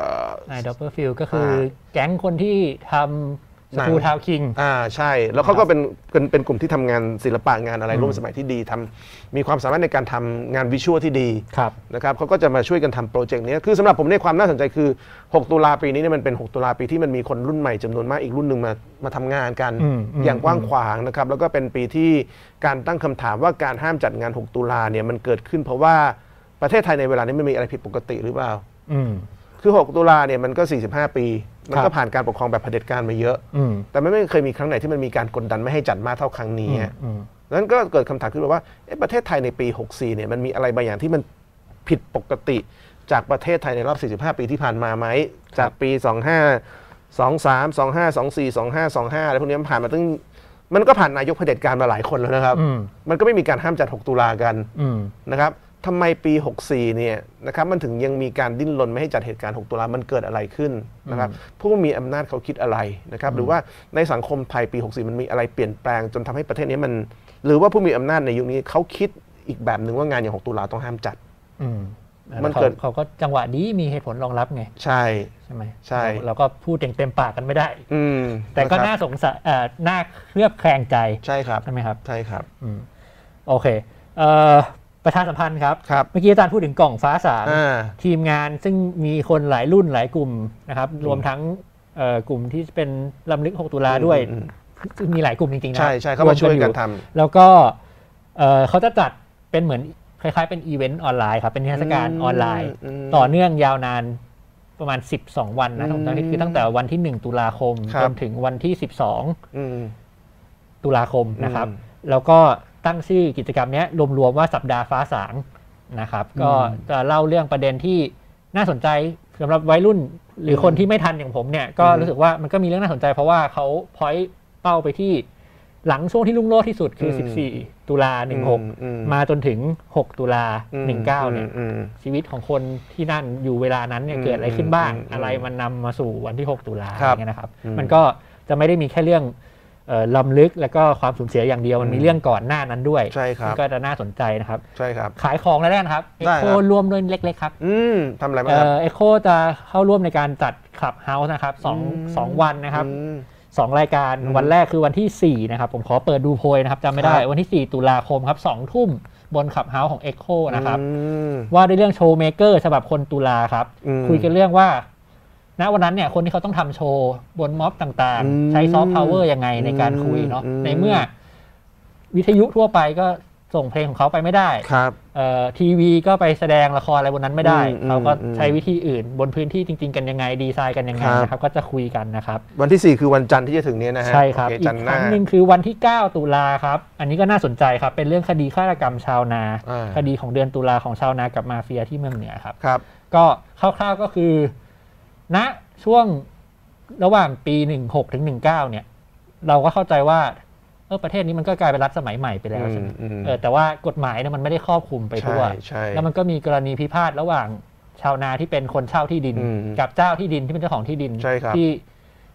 iDopper Field ก็คือแก๊งคนที่ทำสกูทาวคิงอ่าใช่แล้วเขาก็เป็นเป็นเป็นกลุ่มที่ทำงานศิลปะงานอะไรร่วมสมัยที่ดีทำมีความสามารถในการทำงานวิชวลที่ดีนะครับเขาก็จะมาช่วยกันทำโปรเจกต์นี้คือสำหรับผมในความน่าสนใจคือหกตุลาปีนี้เนี่ยมันเป็นหกตุลาปีที่มันมีคนรุ่นใหม่จำนวนมากอีกรุ่นหนึ่งมามาทำงานกันอย่างกว้างขวางนะครับแล้วก็เป็นปีที่การตั้งคำถามว่าการห้ามจัดงานหกตุลาเนี่ยมันเกิดขึ้นเพราะว่าประเทศไทยในเวลานี้มันมีอะไรผิดปกติหรือเปล่าคือหกตุลาเนี่ยมันก็สี่สิบห้าปีมันก็ผ่านการปกครองแบบเผด็จการมาเยอะแต่ไม่เคยมีครั้งไหนที่มันมีการกดดันไม่ให้จัดมากเท่าครั้งนี้ดังนั้นก็เกิดคำถามขึ้นมาว่าประเทศไทยในปีหกสี่เนี่ยมันมีอะไรบางอย่างที่มันผิดปกติจากประเทศไทยในรอบสี่สิบห้าปีที่ผ่านมาไหมจากปีสองพันห้าร้อยสองสิบสาม สองพันห้าร้อยสองสิบสี่ สองพันห้าร้อยยี่สิบห้าอะไรพวกนี้มันผ่านมาตั้งมันก็ผ่านนายกเผด็จการมาหลายคนแล้วนะครับมันก็ไม่มีการห้ามจัดหกตุลากันนะครับทำไมปีหกสี่เนี่ยนะครับมันถึงยังมีการดิ้นรนไม่ให้จัดเหตุการณ์หกตุลามันเกิดอะไรขึ้นนะครับผู้มีอำนาจเขาคิดอะไรนะครับหรือว่าในสังคมไทยปีหกสี่มันมีอะไรเปลี่ยนแปลงจนทำให้ประเทศนี้มันหรือว่าผู้มีอำนาจในยุคนี้เขาคิดอีกแบบหนึ่งว่างานอย่างหกตุลาต้องห้ามจัดมันเกิดเขาก็จังหวะนี้มีเหตุผลรองรับไงใช่ใช่ไหมใช่เราก็พูดเต็มเต็มปากกันไม่ได้แต่ก็น่าสงสัยน่าเคลือบแคลงใจใช่ครับใช่ไหมครับใช่ครับโอเคประชาสัมพันธ์ครับเมื่อกี้อาจารย์พูดถึงกล่องฟ้าสางทีมงานซึ่งมีคนหลายรุ่นหลายกลุ่มนะครับรวมทั้งกลุ่มที่เป็นรำลึกหกตุลาด้วยมีหลายกลุ่มจริงๆนะใช่ใช่เขามาช่วยกันทำแล้วก็เขาจะจัดเป็นเหมือนคล้ายๆเป็นอีเวนต์ออนไลน์ครับเป็นเทศกาลออนไลน์ต่อเนื่องยาวนานประมาณสิบสองวันนะคือตั้งแต่วันที่หนึ่งตุลาคมจนถึงวันที่สิบสองตุลาคมนะครับแล้วก็ตั้งชื่อกิจกรรมนี้รวมๆว่าสัปดาห์ฟ้าสางนะครับก็จะเล่าเรื่องประเด็นที่น่าสนใจสำหรับวัยรุ่นหรือคนที่ไม่ทันอย่างผมเนี่ยก็รู้สึกว่ามันก็มีเรื่องน่าสนใจเพราะว่าเขาพอยต์เป้าไปที่หลังช่วงที่รุ่งโรจน์ที่สุดคือสิบสี่ตุลาสิบหกมาจนถึงหกตุลาสิบเก้าเนี่ยชีวิตของคนที่นั่นอยู่เวลานั้นเนี่ยเกิดอะไรขึ้นบ้างอะไรมันนำมาสู่วันที่หกตุลาอย่างเงี้ยนะครับมันก็จะไม่ได้มีแค่เรื่องล้ำลึกแล้วก็ความสูญเสียอย่างเดียวมันมีเรื่องก่อนหน้านั้นด้วยใช่ครับก็จะน่าสนใจนะครับใช่ครับขายของแล้วกันครับเอ็กโคร่วมด้วยเล็กๆครับอืมทำอะไรบ้างครับเอ็กโคจะเข้าร่วมในการจัดคลับเฮาส์นะครับสองสองวันนะครับสองรายการวันแรกคือวันที่สี่นะครับผมขอเปิดดูโพยนะครับจำไม่ได้วันที่สี่ตุลาคมครับสองทุ่มบนคลับเฮาส์ของเอ็กโคนะครับว่าด้วยเรื่องโชว์เมเกอร์ฉบับคนตุลาครับคุยกันเรื่องว่าณวันนั้นเนี่ยคนที่เขาต้องทำโชว์บนม็อบต่างๆใช้ซอฟต์พาวเวอร์ยังไงในการคุยเนาะในเมื่อวิทยุทั่วไปก็ส่งเพลงของเขาไปไม่ได้ครับทีวีก็ไปแสดงละครอะไรบนนั้นไม่ได้เขาก็ใช้วิธีอื่นบนพื้นที่จริงๆกันยังไงดีไซน์กันยังไงนะครับก็จะคุยกันนะครับวันที่สี่คือวันจันทร์ที่จะถึงนี้นะฮะใช่ครับอีกครั้งนึงคือวันที่เก้าตุลาครับอันนี้ก็น่าสนใจครับเป็นเรื่องคดีฆาตกรรมชาวนาคดีของเดือนตุลาของชาวนากับมาเฟียที่เมืองเหนือครับก็คร่าวๆก็คือณช่วงระหว่างปีหนึ่งหกถึงหนึ่งเก้าเนี่ยเราก็เข้าใจว่าเออประเทศนี้มันก็กลายเป็นรัฐสมัยใหม่ไปแล้วใช่ไหมเออแต่ว่ากฎหมายเนี่ยมันไม่ได้ครอบคลุมไปทั่วแล้วมันก็มีกรณีพิพาทระหว่างชาวนาที่เป็นคนเช่าที่ดินกับเจ้าที่ดินที่เป็นเจ้าของที่ดินที่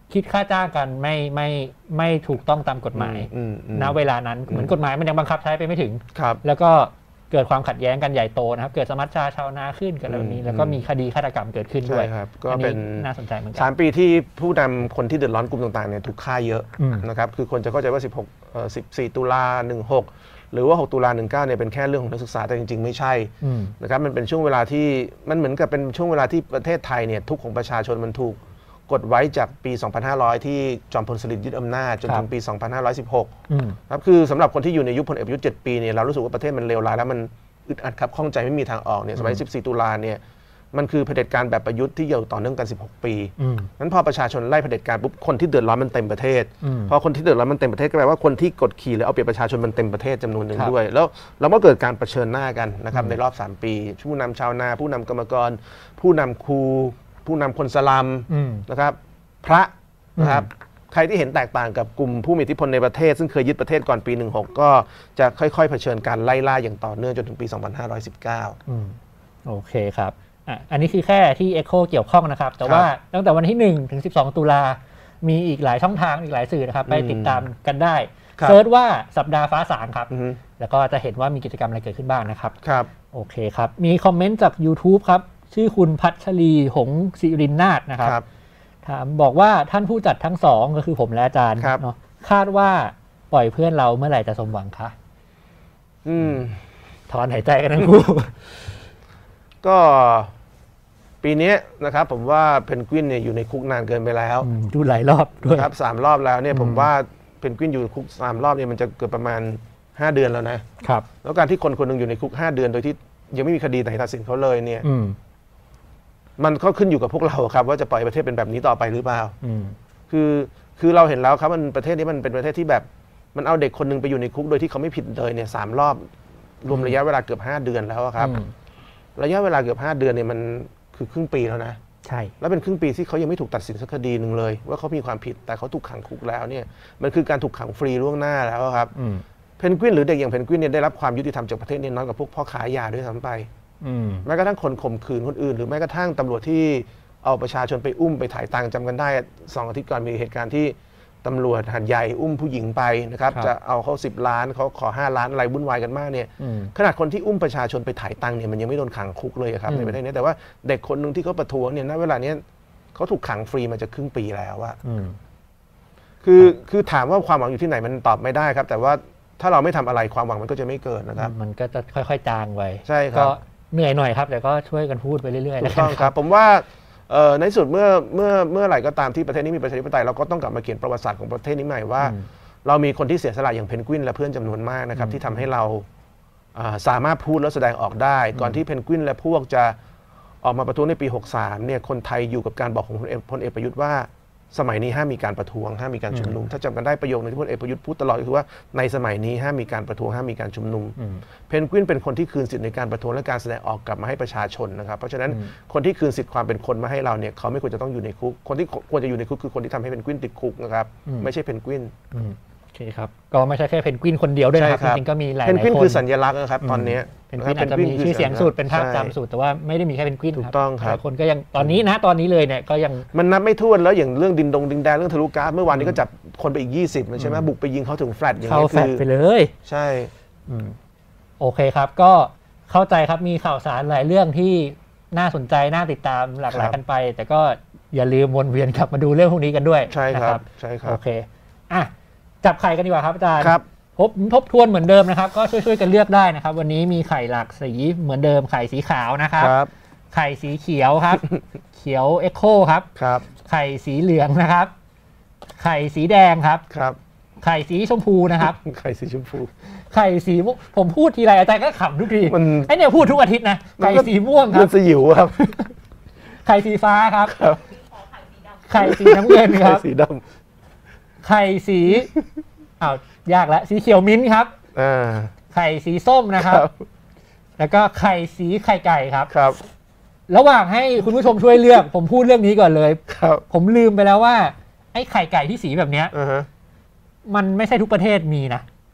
คิดค่าจ้างกันไม่ไม่ไม่ถูกต้องตามกฎหมายณเวลานั้นเหมือนกฎหมายมันยังบังคับใช้ไปไม่ถึงแล้วก็เกิดความขัดแย้งกันใหญ่โตนะครับเกิดสมัชชาชาวนาขึ้นกันแบบนี้แล้วก็มีคดีฆาตกรรมเกิดขึ้นด้วยก็เป็นน่าสนใจเหมือนกันสามปีที่ผู้นำคนที่เดือดร้อนกลุ่มต่างๆเนี่ยถูกฆ่าเยอะนะครับคือคนจะเข้าใจว่าสิบหกเอ่อสิบสี่ตุลาหนึ่งหกหรือว่าหกตุลาหนึ่งเก้าเนี่ยเป็นแค่เรื่องของนักศึกษาแต่จริงๆไม่ใช่นะครับมันเป็นช่วงเวลาที่มันเหมือนกับเป็นช่วงเวลาที่ประเทศไทยเนี่ยทุกข์ของประชาชนมันถูกกดไว้จากปี สองพันห้าร้อย ที่จอมพลสฤษดิ์ยึดอำนาจจนถึงปี สองพันห้าร้อยสิบหกครับคือสำหรับคนที่อยู่ในยุคพลเอกประยุทธ์เจ็ดปีเนี่ยเรารู้สึกว่าประเทศมันเลวร้ายแล้วมันอึดอัดครับข้องใจไม่มีทางออกเนี่ยสมัยสิบสี่ตุลาเนี่ยมันคือเผด็จการแบบประยุทธ์ที่อยู่ต่อเนื่องกันสิบหกปีนั้นพอประชาชนไล่เผด็จการปุ๊บคนที่เดือดร้อนมันเต็มประเทศพอคนที่เดือดร้อนมันเต็มประเทศก็แปลว่าคนที่กดขี่หรือเอาเปรียบประชาชนมันเต็มประเทศจำนวนหนึ่งด้วยแล้วเราก็เกิดการเผชิญหน้ากันนะครับในรอบสามปีผู้นำชาวนาผู้นำกรรมกรผู้นำครูผู้นำคนสลัมนะครับพระนะครับใครที่เห็นแตกต่างกับกลุ่มผู้มีอิทธิพลในประเทศซึ่งเคยยึดประเทศก่อนปีหนึ่งหกก็จะค่อยๆเผชิญการไล่ล่าอย่างต่อเนื่องจนถึงปีสองพันห้าร้อยสิบเก้าอืมโอเคครับอ่ะอันนี้คือแค่ที่ Echo เกี่ยวข้องนะครับแต่ว่าตั้งแต่วันที่หนึ่งถึงสิบสองตุลามีอีกหลายช่องทางอีกหลายสื่อนะครับไปติดตามกันได้เซิร์ชว่าสัปดาห์ฟ้าสางครับแล้วก็จะเห็นว่ามีกิจกรรมอะไรเกิดขึ้นบ้างนะครับครับโอเคครับมีคอมเมนต์จาก YouTube ครับชื่อคุณพัชรีหงศิรินนาถนะครับถามบอกว่าท่านผู้จัดทั้งสองก็คือผมและอาจารย์เนาะคาดว่าปล่อยเพื่อนเราเมื่อไหร่จะสมหวังคะอืมถอนหายใจกันทั้งคู่ก็ปีนี้นะครับผมว่าเพนกวินเนี่ยอยู่ในคุกนานเกินไปแล้วดูหลายรอบด้วยครับสามรอบแล้วเนี่ยผมว่าเพนกวินอยู่คุกสามรอบเนี่ยมันจะเกิดประมาณห้าเดือนแล้วนะครับแล้วการที่คนคนนึงอยู่ในคุกห้าเดือนโดยที่ยังไม่มีคดีไหนตัดสินเขาเลยเนี่ยมันก็ขึ้นอยู่กับพวกเราครับว่าจะปล่อยประเทศเป็นแบบนี้ต่อไปหรือเปล่าคือคือเราเห็นแล้วครับมันประเทศนี้มันเป็นประเทศที่แบบมันเอาเด็กคนนึงไปอยู่ในคุกโดยที่เขาไม่ผิดเลยเนี่ยสามรอบรวมระยะเวลาเกือบห้าเดือนแล้วครับระยะเวลาเกือบห้าเดือนเนี่ยมันคือครึ่งปีแล้วนะใช่แล้วเป็นครึ่งปีที่เขายังไม่ถูกตัดสินสักคดีหนึ่งเลยว่าเขามีความผิดแต่เขาถูกขังคุกแล้วเนี่ยมันคือการถูกขังฟรีล่วงหน้าแล้วครับเพนกวินหรือเด็กอย่างเพนกวินเนี่ยได้รับความยุติธรรมจากประเทศนี้น้อยกว่าพวกพ่อขายยาด้วยซ้ำไปแม้กระทั่งคนข่มขืนคนอื่นหรือแม้กระทั่งตำรวจที่เอาประชาชนไปอุ้มไปถ่ายตังค์จำกันได้สองอาทิตย์ก่อนมีเหตุการณ์ที่ตำรวจหัดใหญ่อุ้มผู้หญิงไปนะครับจะเอาเขาสิบล้านเขาขอห้าล้านอะไรวุ่นวายกันมากเนี่ยขนาดคนที่อุ้มประชาชนไปถ่ายตังค์เนี่ยมันยังไม่โดนขังคุกเลยครับในประเทศนี้แต่ว่าเด็กคนหนึ่งที่เขาประท้วงเนี่ยณเวลานี้เขาถูกขังฟรีมาจะครึ่งปีแล้วอะคือคือถามว่าความหวังอยู่ที่ไหนมันตอบไม่ได้ครับแต่ว่าถ้าเราไม่ทำอะไรความหวังมันก็จะไม่เกิดนะครับมันก็จะค่อยๆจางไปใช่ครับก็เหนื่อยหน่อยครับแต่ก็ช่วยกันพูดไปเรื่อยๆถูกต้องครับผมว่าในสุดเมื่อเมื่อเมื่อไหร่ก็ตามที่ประเทศนี้มีประชาธิปไตยเราก็ต้องกลับมาเขียนประวัติศาสตร์ของประเทศนี้ใหม่ว่าเรามีคนที่เสียสละอย่างเพนกวินและเพื่อนจำนวนมากนะครับที่ทำให้เราสามารถพูดและแสดงออกได้ก่อนที่เพนกวินและพวกจะออกมาประท้วงในปีหกสามเนี่ยคนไทยอยู่กับการบอกของพลเอกประยุทธ์ว่าสมัยนี้ห้ามมีการประท้วงห้ามมีการชุมนุมถ้าจำกันได้ประโยคนึงที่พลเอกประยุทธ์พูดตลอดก็คือว่าในสมัยนี้ห้ามมีการประท้วงห้ามมีการชุมนุมเพนกวินเป็นคนที่คืนสิทธิในการประท้วงและการแสดงออกกลับมาให้ประชาชนนะครับเพราะฉะนั้นคนที่คืนสิทธิความเป็นคนมาให้เราเนี่ยเขาไม่ควรจะต้องอยู่ในคุกคนที่ควรจะอยู่ในคุกคือคนที่ทำให้เพนกวินติดคุกนะครับไม่ใช่เพนกวินโอเคครับก็ไม่ใช่แค่เพนกวินคนเดียวด้วยนะครับจริงๆก็มีหลายๆคนเพนกวินคือสัญลักษณ์นะครับตอนนี้เพนกวินอาจจะมีชื่อเสียงสูตรเป็นภาพจำสูตรแต่ว่าไม่ได้มีแค่เพนกวินถูกต้องครับคนก็ยังตอนนี้นะตอนนี้เลยเนี่ยก็ยังมันนับไม่ถ้วนแล้วอย่างเรื่องดินดงดินแดนเรื่องทะลุก๊าซเมื่อวานนี้ก็จับคนไปอีกยี่สิบใช่ไหมบุกไปยิงเขาถึงแฟลตอย่างนี้คือเข้าแฟลตไปเลยใช่โอเคครับก็เข้าใจครับมีข่าวสารหลายเรื่องที่น่าสนใจน่าติดตามหลากหลายกันไปแต่ก็อย่าลืมวนเวียนกลับมาดูเรื่องพวกนี้กันด้วยใช่ครับใช่ครับโอเคอ่ะจับไข่กันดีกว่าครับอาจารย์ครับทบทบทวนเหมือนเดิมนะครับก็ช่วยๆกันเลือกได้นะครับวันนี้มีไข่หลากสีเหมือนเดิมไข่สีขาวนะครับไข่สีเขียวครับเขียวเอ็กโคครับครับไข่สีเหลืองนะครับไข่สีแดงครับครับไข่สีชมพูนะครับไข่สีชมพูไข่สีผมพูดทีไรอาจารย์ก็ขำทุกทีไอเนี่ยพูดทุกอาทิตย์นะไข่สีม่วงครับมันสยิวครับไข่สีฟ้าครับไข่สีน้ำเงินครับไข่สีดำไข่สีอ้าวยากแล้วสีเขียวมิ้นท์ครับไข่สีส้มนะครับแล้วก็ไข่สีไข่ไก่ครับครับระหว่างให้คุณผู้ชมช่วยเลือกผมพูดเรื่องนี้ก่อนเลยครับผมลืมไปแล้วว่าไอ้ไข่ไก่ที่สีแบบเนี้ยมันไม่ใช่ทุกประเทศมีนะอ๋อ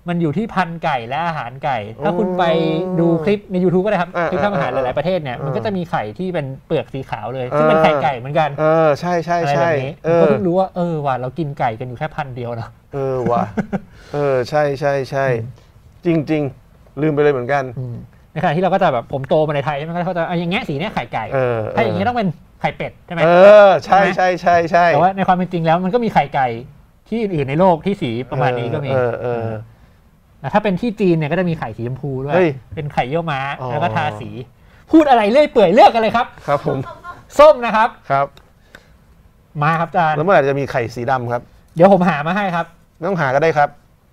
มันอยู่ที่พันธุ์ไก่และอาหารไก่ถ้าคุณไปดูคลิปใน YouTube ก็ได้ครับคลิปทำอาหารหลายๆประเทศเนี่ยมันก็จะมีไข่ที่เป็นเปลือกสีขาวเลยซึ่งเป็นไข่ไก่เหมือนกันเออใช่ใช่ใช่ก็เพิ่งรู้ว่าเออว่าเรากินไก่กันอยู่แค่พันเดียวนะเออว่ะเออใช่ใช่ใช่จริงๆลืมไปเลยเหมือนกันในขณะที่เราก็จะแบบผมโตมาในไทยใช่ไหมเขาจะอย่างเงี้ยสีเนี้ยไข่ไก่ถ้าอย่างเงี้ยต้องเป็นไข่เป็ดใช่ไหมเออใช่ใช่ใช่ใช่แต่ว่าในความเป็นจริงแล้วมันก็มีไข่ไก่ที่อื่นๆในโลกที่สีประมาณนี้ก็มีถ้าเป็นที่จีนเนี่ยก็จะมีไข่สีชมพูด้วยเป็นไข่เยี่ยวม้าแล้วก็ทาสีพูดอะไรเลื่อยเปื่อยเลือกกันเลยครับครับผมส้มนะครับครับมาครับอาจารย์แล้วเมื่อไหร่จะมีไข่สีดำครับเดี๋ยวผมหามาให้ครับไม่ต้องหาก็ได้ครับ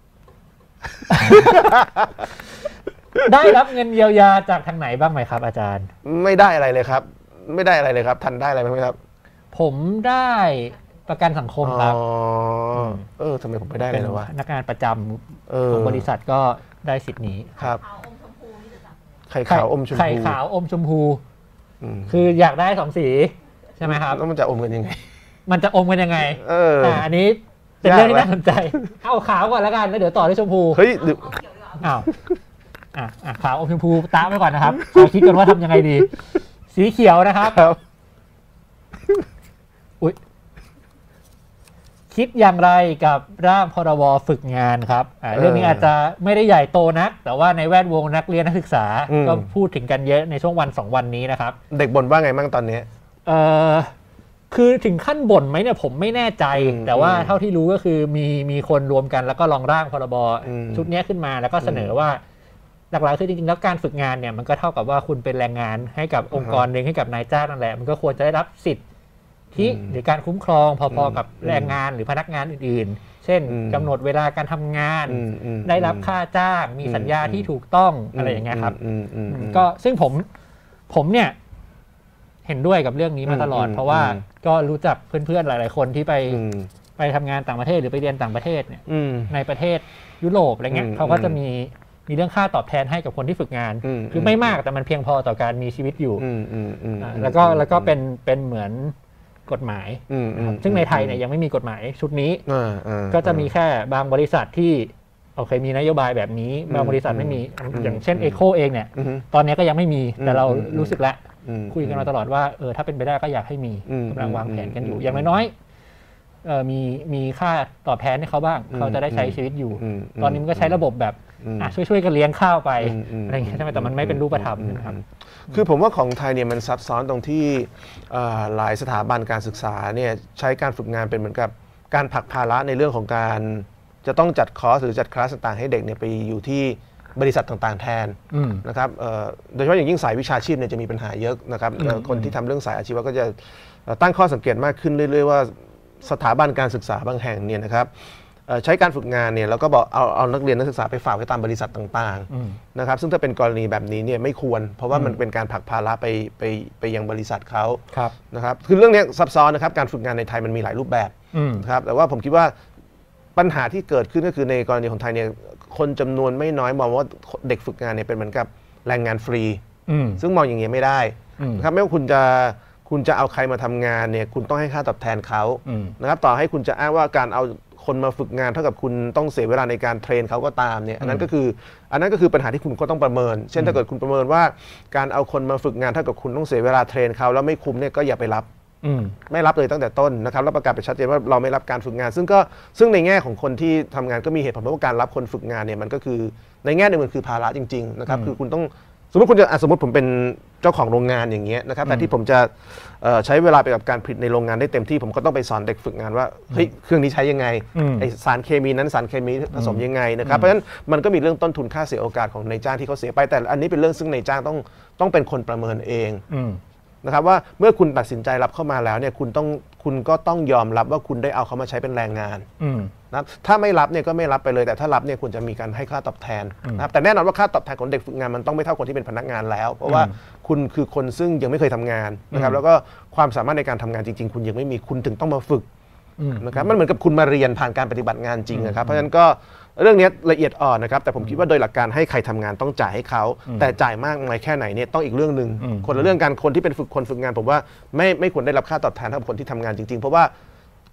ได้รับเงินเยียวยาจากทางไหนบ้างไหมครับอาจารย์ไม่ได้อะไรเลยครับไม่ได้อะไรเลยครับทันได้อะไรไหมครับผมได้ประกันสังคมครับเออทำไมผมไม่ได้เลยนะวะนักงานประจำของบริษัทก็ได้สิทธิ์นี้ครับไข่ขาวอมชมพูไข่ขาวอมชมพูคืออยากได้สองสีใช่ไหมครับแล้วมันจะอมกันยังไงมันจะอมกันยังไงเอออันนี้เป็นเรื่องที่น่าสนใจเอาขาวก่อนแล้วกันแล้วเดี๋ยวต่อที่ชมพูเฮ้ยอ้าวอ่ะขาวอมชมพูตามไว้ก่อนนะครับขอคิดกันว่าทำยังไงดีสีเขียวนะครับอุ๊ยคิดอย่างไรกับร่างพรบฝึกงานครับเรื่องนี้อาจจะไม่ได้ใหญ่โตนักแต่ว่าในแวดวงนักเรียนนักศึกษาก็พูดถึงกันเยอะในช่วงวันสองวันนี้นะครับเด็กบ่นว่าไงบ้างตอนนี้เออคือถึงขั้นบ่นไหมเนี่ยผมไม่แน่ใจแต่ว่าเท่าที่รู้ก็คือมีมีคนรวมกันแล้วก็ลองร่างพรบชุดนี้ขึ้นมาแล้วก็เสนอว่าหลักๆคือจริงๆแล้วการฝึกงานเนี่ยมันก็เท่ากับว่าคุณเป็นแรงงานให้กับองค์กรหนึ่งให้กับนายจ้างนั่นแหละมันก็ควรจะได้รับสิทธิ์ที่หรือการคุ้มครองพอๆกับแรงงานหรือพนักงานอื่นๆเช่นกำหนดเวลาการทำงานได้รับค่าจ้างมีสัญญาที่ถูกต้องอะไรอย่างเงี้ยครับก็ซึ่งผมผมเนี่ยเห็นด้วยกับเรื่องนี้มาตลอดเพราะว่าก็รู้จักเพื่อนๆหลายๆคนที่ไปไปทำงานต่างประเทศหรือไปเรียนต่างประเทศเนี่ยในประเทศยุโรปอะไรเงี้ยเขาก็จะมีมีเรื่องค่าตอบแทนให้กับคนที่ฝึกงานคือไม่มากแต่มันเพียงพอต่อการมีชีวิตอยู่แล้วก็แล้วก็เป็นเป็นเหมือนกฎหมายซึ่งในไทยเนี่ยยังไม่มีกฎหมายชุดนี้ก็จะมีแค่บางบริษัทที่โอเคมีนโยบายแบบนี้บางบริษัทไม่มีอย่างเช่น Echo เองเนี่ยตอนนี้ก็ยังไม่มีแต่เรารู้สึกแล้วคุยกันมาตลอดว่าเออถ้าเป็นไปได้ก็อยากให้มีกำลังวางแผนกันอยู่อย่างน้อยๆเออมีมีค่าตอบแทนให้เขาบ้างเขาจะได้ใช้ชีวิตอยู่ตอนนี้มันก็ใช้ระบบแบบช่วยๆกันเลี้ยงข้าวไปอะไรอย่างเงี้ยใช่ไหมแต่มันไม่เป็นรูปธรรมนะครับคือผมว่าของไทยเนี่ยมันซับซ้อนตรงที่หลายสถาบันการศึกษาเนี่ยใช้การฝึกงานเป็นเหมือนกับการผลักภาระในเรื่องของการจะต้องจัดคอร์สหรือจัดคลาสต่างๆให้เด็กเนี่ยไปอยู่ที่บริษัทต่างๆแทนนะครับโดยเฉพาะอย่างยิ่งสายวิชาชีพเนี่ยจะมีปัญหาเยอะนะครับคนที่ทำเรื่องสายอาชีวะก็จะตั้งข้อสังเกตมากขึ้นเรื่อยๆว่าสถาบันการศึกษาบางแห่งเนี่ยนะครับใช้การฝึกงานเนี่ยแล้วก็บอกเอาเอานักเรียนนักศึกษาไปฝากไว้ตามบริษัทต่างๆนะครับซึ่งถ้าเป็นกรณีแบบนี้เนี่ยไม่ควรเพราะว่ามันเป็นการผลักภาระไปไปไปยังบริษัทเขานะครับคือเรื่องนี้ซับซ้อนนะครับการฝึกงานในไทยมันมีหลายรูปแบบนะครับแต่ว่าผมคิดว่าปัญหาที่เกิดขึ้นก็คือในกรณีของไทยเนี่ยคนจำนวนไม่น้อยมองว่าเด็กฝึกงานเนี่ยเป็นเหมือนกับแรงงานฟรีซึ่งมองอย่างนี้ไม่ได้นะครับไม่ว่าคุณจะคุณจะเอาใครมาทำงานเนี่ยคุณต้องให้ค่าตอบแทนเขานะครับต่อให้คุณจะอ้างว่าการเอาคนมาฝึกงานเท่ากับคุณต้องเสียเวลาในการเทรนเขาก็ตามเนี่ยอันนั้นก็คืออันนั้นก็คือปัญหาที่คุณก็ต้องประเมินเช่นถ้าเกิดคุณประเมินว่าการเอาคนมาฝึกงานเท่ากับคุณต้องเสียเวลาเทรนเขาแล้วไม่คุ้มเนี่ยก็อย่าไปรับไม่รับเลยตั้งแต่ต้นนะครับแล้วประกาศไปชัดเจนว่าเราไม่รับการฝึกงานซึ่งก็ซึ่งในแง่ของคนที่ทำงานก็มีเหตุผลเพราะว่าการรับคนฝึกงานเนี่ยมันก็คือในแง่นึงมันคือภาระจริงๆนะครับคือคุณต้องสมมติคุณจะสมมติผมเป็นเจ้าของโรงงานอย่างเงี้ยนะครับแต่ที่ผมจะใช้เวลาไปกับการผลิตในโรงงานได้เต็มที่ผมก็ต้องไปสอนเด็กฝึกงานว่าเฮ้ยเครื่องนี้ใช้ยังไงไอสารเคมีนั้นสารเคมีผสมยังไงนะครับเพราะฉะนั้นมันก็มีเรื่องต้นทุนค่าเสียโอกาสของนายจ้างที่เขาเสียไปแต่อันนี้เป็นเรื่องซึ่งนายจ้างต้องต้องเป็นคนประเมินเองนะครับว่าเมื่อคุณตัดสินใจรับเข้ามาแล้วเนี่ยคุณต้องคุณก็ต้องยอมรับว่าคุณได้เอาเขามาใช้เป็นแรงงานนะถ้าไม่รับเนี่ยก็ไม่รับไปเลยแต่ถ้ารับเนี่ยคุณจะมีการให้ค่าตอบแทนนะครับแต่แน่นอนว่าค่าตอบแทนของเด็กฝึกงานมันต้องไม่เท่าคนที่เป็นพนักงานแล้วเพราะว่าคุณคือคนซึ่งยังไม่เคยทำงานนะครับแล้วก็ความสามารถในการทำงานจริงๆคุณยังไม่มีคุณถึงต้องมาฝึกนะครับมันเหมือนกับคุณมาเรียนผ่านการปฏิบัติงานจริงนะครับเพราะฉะนั้นก็เรื่องนี้ละเอียดอ่อนนะครับแต่ผมคิดว่าโดยหลักการให้ใครทำงานต้องจ่ายให้เขาแต่จ่ายมากน้อยแค่ไหนเนี่ยต้องอีกเรื่องนึงคนละเรื่องกันคนที่เป็นฝึกคนฝึกงานผมว่าไม่ไม่ควรได้รับค่าตอบแทนเท่ากับคนที่ทำงานจริงๆเพราะว่า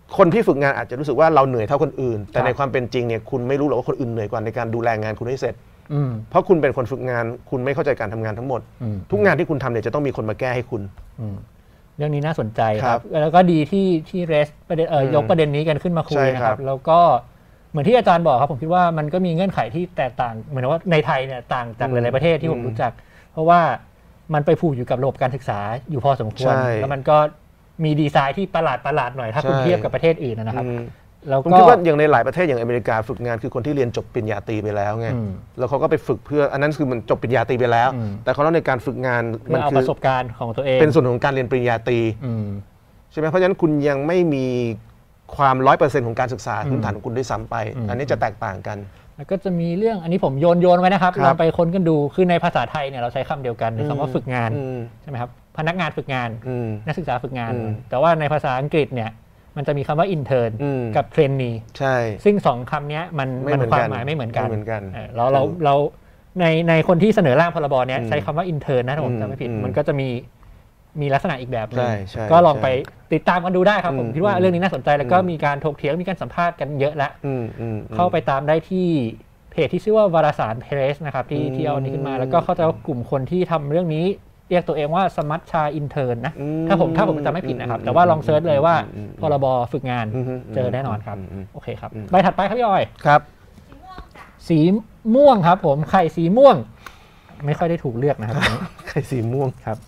คนที่ฝึกงานอาจจะรู้สึกว่าเราเหนื่อยเท่าคนอื่นแต่ในความเป็นจริงเนี่ยคุณไม่รู้หรอกว่าคนอื่นเหนื่อยกว่าในการดูแลงานคุณให้เสร็จเพราะคุณเป็นคนฝึกงานคุณไม่เข้าใจการทำงานทั้งหมดทุกงานที่คุณทำเนี่ยจะต้องมีคนมาแก้ให้คุณเรื่องนี้น่าสนใจครับแล้วก็ดีที่ที่เรสประเด็นเอ่อยกประเด็นนี้กันขึ้นมาคุยนะครับแล้วก็เหมือนที่อาจารย์บอกครับผมคิดว่ามันก็มีเงื่อนไขที่แตกต่างเหมือนว่าในไทยเนี่ยต่างจากหลายๆประเทศที่ผมรู้จักเพราะว่ามันไปผูกอยู่กับระบบการศึกษาอยู่พอสมควรแล้วมันก็มีดีไซน์ที่ประหลาดประหลาดหน่อยถ้าคุณเทียบกับประเทศอื่นนะครับแล้วผมคิดว่าอย่างในหลายประเทศอย่างอเมริกาฝึกงานคือคนที่เรียนจบปริญญาตรีไปแล้วไงแล้วเขาก็ไปฝึกเพื่ออันนั้นคือมันจบปริญญาตรีไปแล้วแต่เขาเล่าในการฝึกงานมันคือประสบการณ์ของตัวเองเป็นส่วนของการเรียนปริญญาตรีใช่ไหมเพราะฉะนั้นคุณยังไม่มีความร้อยเปอร์เซ็นต์ของการศึกษาพื้นฐานของคุณด้วยซ้ำไปอันนี้จะแตกต่างกันแล้วก็จะมีเรื่องอันนี้ผมโยนโยนไว้นะครับเราไปค้นกันดูคือในภาษาไทยเนี่ยเราใช้คำเดียวกันคือคำว่าฝึกงานใช่ไหมครับพนักงานฝึกงานนักศึกษาฝึกงานแต่ว่าในภาษาอังกฤษเนี่ยมันจะมีคำว่า intern กับ trainee ใช่ซึ่งสองคำนี้มันมันความหมายไม่เหมือนกันเราเราเราในในคนที่เสนอร่างพรบเนี้ยใช้คำว่า intern นะถ้าผมจำไม่ผิดมันก็จะมีมีลักษณะอีกแบบนึงก็ลองไปติดตามกันดูได้ครับผมคิดว่าเรื่องนี้น่าสนใจแล้วก็มีการถกเถียงมีการสัมภาษณ์กันเยอะแล้วเข้าไปตามได้ที่เพจที่ชื่อว่าวารสารเพรสนะครับที่ที่เอาอันนี้ขึ้นมาแล้วก็เข้าใจว่ากลุ่มคนที่ทำเรื่องนี้เรียกตัวเองว่าสมัชชาอินเทอร์นนะถ้าผมถ้าผมจำไม่ผิดนะครับแต่ว่าลองเซิร์ชเลยว่าพรบฝึกงานเจอแน่นอนครับโอเคครับใบถัดไปครับพี่ออยครับสีม่วงครับผมไข่สีม่วงไม่ค่อยได้ถูกเลือกนะครับไข่สีม่วงครับ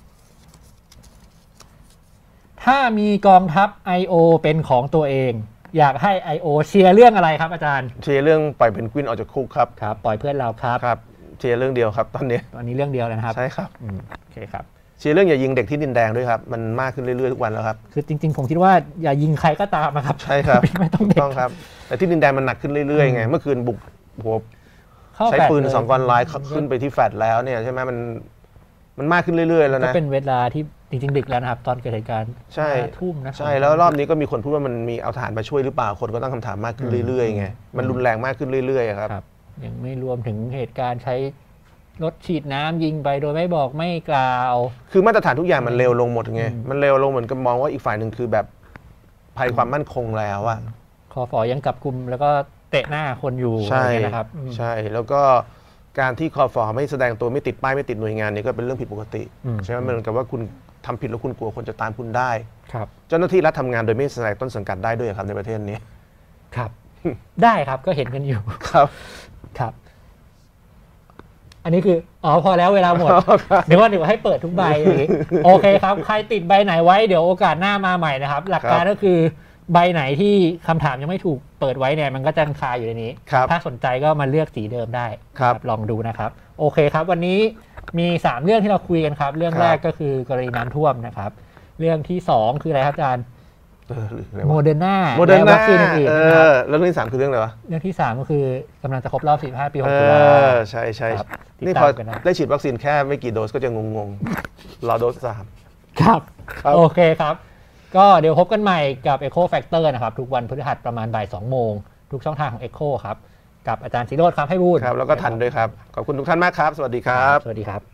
ถ้ามีกองทัพ ไอ โอ เป็นของตัวเองอยากให้ ไอ โอ เชียร์เรื่องอะไรครับอาจารย์เชียร์เรื่องปล่อยเพนกวินออกจากคุกครับครับปล่อยเพื่อนเราครับครับเชียร์เรื่องเดียวครับตอนนี้ตอนนี้เรื่องเดียวเลยนะครับใช่ครับโอเคครับเชียร์เรื่องอย่ายิงเด็กที่ดินแดงด้วยครับมันมากขึ้นเรื่อยๆทุกวันแล้วครับคือจริงๆผมคิดว่าอย่ายิงใครก็ตามนะครับใช่ครับไม่ต้องเด็กต้องครับแต่ที่ดินแดงมันหนักขึ้นเรื่อยๆไงเมื่อคืนบุกหัวใช้ปืนสองกรไลน์ขึ้นไปที่แฟลตแล้วเนี่ยใช่ไหมมันมันมากขึ้นเรื่อยๆแล้วนะก็เป็นเวลาที่จริงๆดึกแล้วนะครับตอนเกิดเหตุการณ์ใช่ทุ่มนะใช่แล้วรอบนี้ก็มีคนพูดว่ามันมีเอาทหารมาช่วยหรือเปล่าคนก็ตั้งคำถามมากขึ้นเรื่อยๆไงมันรุนแรงมากขึ้นเรื่อยๆครับยังไม่รวมถึงเหตุการณ์ใช้รถฉีดน้ำยิงไปโดยไม่บอกไม่กล่าวคือมาตรฐานทุกอย่างมันเร็วลงหมดไงมันเร็วลงเหมือนกับมองว่าอีกฝ่ายหนึ่งคือแบบภัยความมั่นคงแล้วอะคอฝอยังจับกุมแล้วก็เตะหน้าคนอยู่ใช่นะครับใช่แล้วก็การที่คอฝอไม่แสดงตัวไม่ติดป้ายไม่ติดหน่วยงานนี่ก็เป็นเรื่องผิดปกติใช่ไหมมันเหมือนกับว่าคุณทำผิดแล้วคุณกลัวคนจะตามคุณได้ครับเจ้าหน้าที่รัฐทำงานโดยไม่แสดงต้นสังกัดได้ด้วยครับในประเทศนี้ครับได้ครับก็เห็นกันอยู่ครับครับอันนี้คืออ๋อพอแล้วเวลาหมดเดี๋ยวว่าเดี๋ยวให้เปิดทุกใบอย่างนี้โอเคครับใครติดใบไหนไว้เดี๋ยวโอกาสหน้ามาใหม่นะครับหลักการก็คือใบไหนที่คำถามยังไม่ถูกเปิดไว้เนี่ยมันก็จะคาอยู่ในนี้ถ้าสนใจก็มาเลือกสีเดิมได้ลองดูนะครับโอเคครับวันนี้มีสามเรื่องที่เราคุยกันครับเรื่องแรกก็คือกรณีน้ำท่วมนะครับเรื่องที่สองคืออะไรครับอาจารย์โมเดอร์นาและวัคซีนอื่นๆนะครับแล้วเรื่องที่สามคือเรื่องอะไรวะเรื่องที่สามก็คือกำลังจะครบรอบสี่สิบห้าปีของตุลาใช่ใช่นี่พอได้ฉีดวัคซีนแค่ไม่กี่โดสก็จะงงๆรอโดสสามครับโอเคครับก็เดี๋ยวพบกันใหม่กับ Echo Factor นะครับทุกวันพฤหัสประมาณบ่ายสองโมงทุกช่องทางของ Echo ครับกับอาจารย์ศิโรจน์ คำไพบูลย์ครับแล้วก็ทันด้วยครับขอบคุณทุกท่านมากครับสวัสดีครับสวัสดีครับ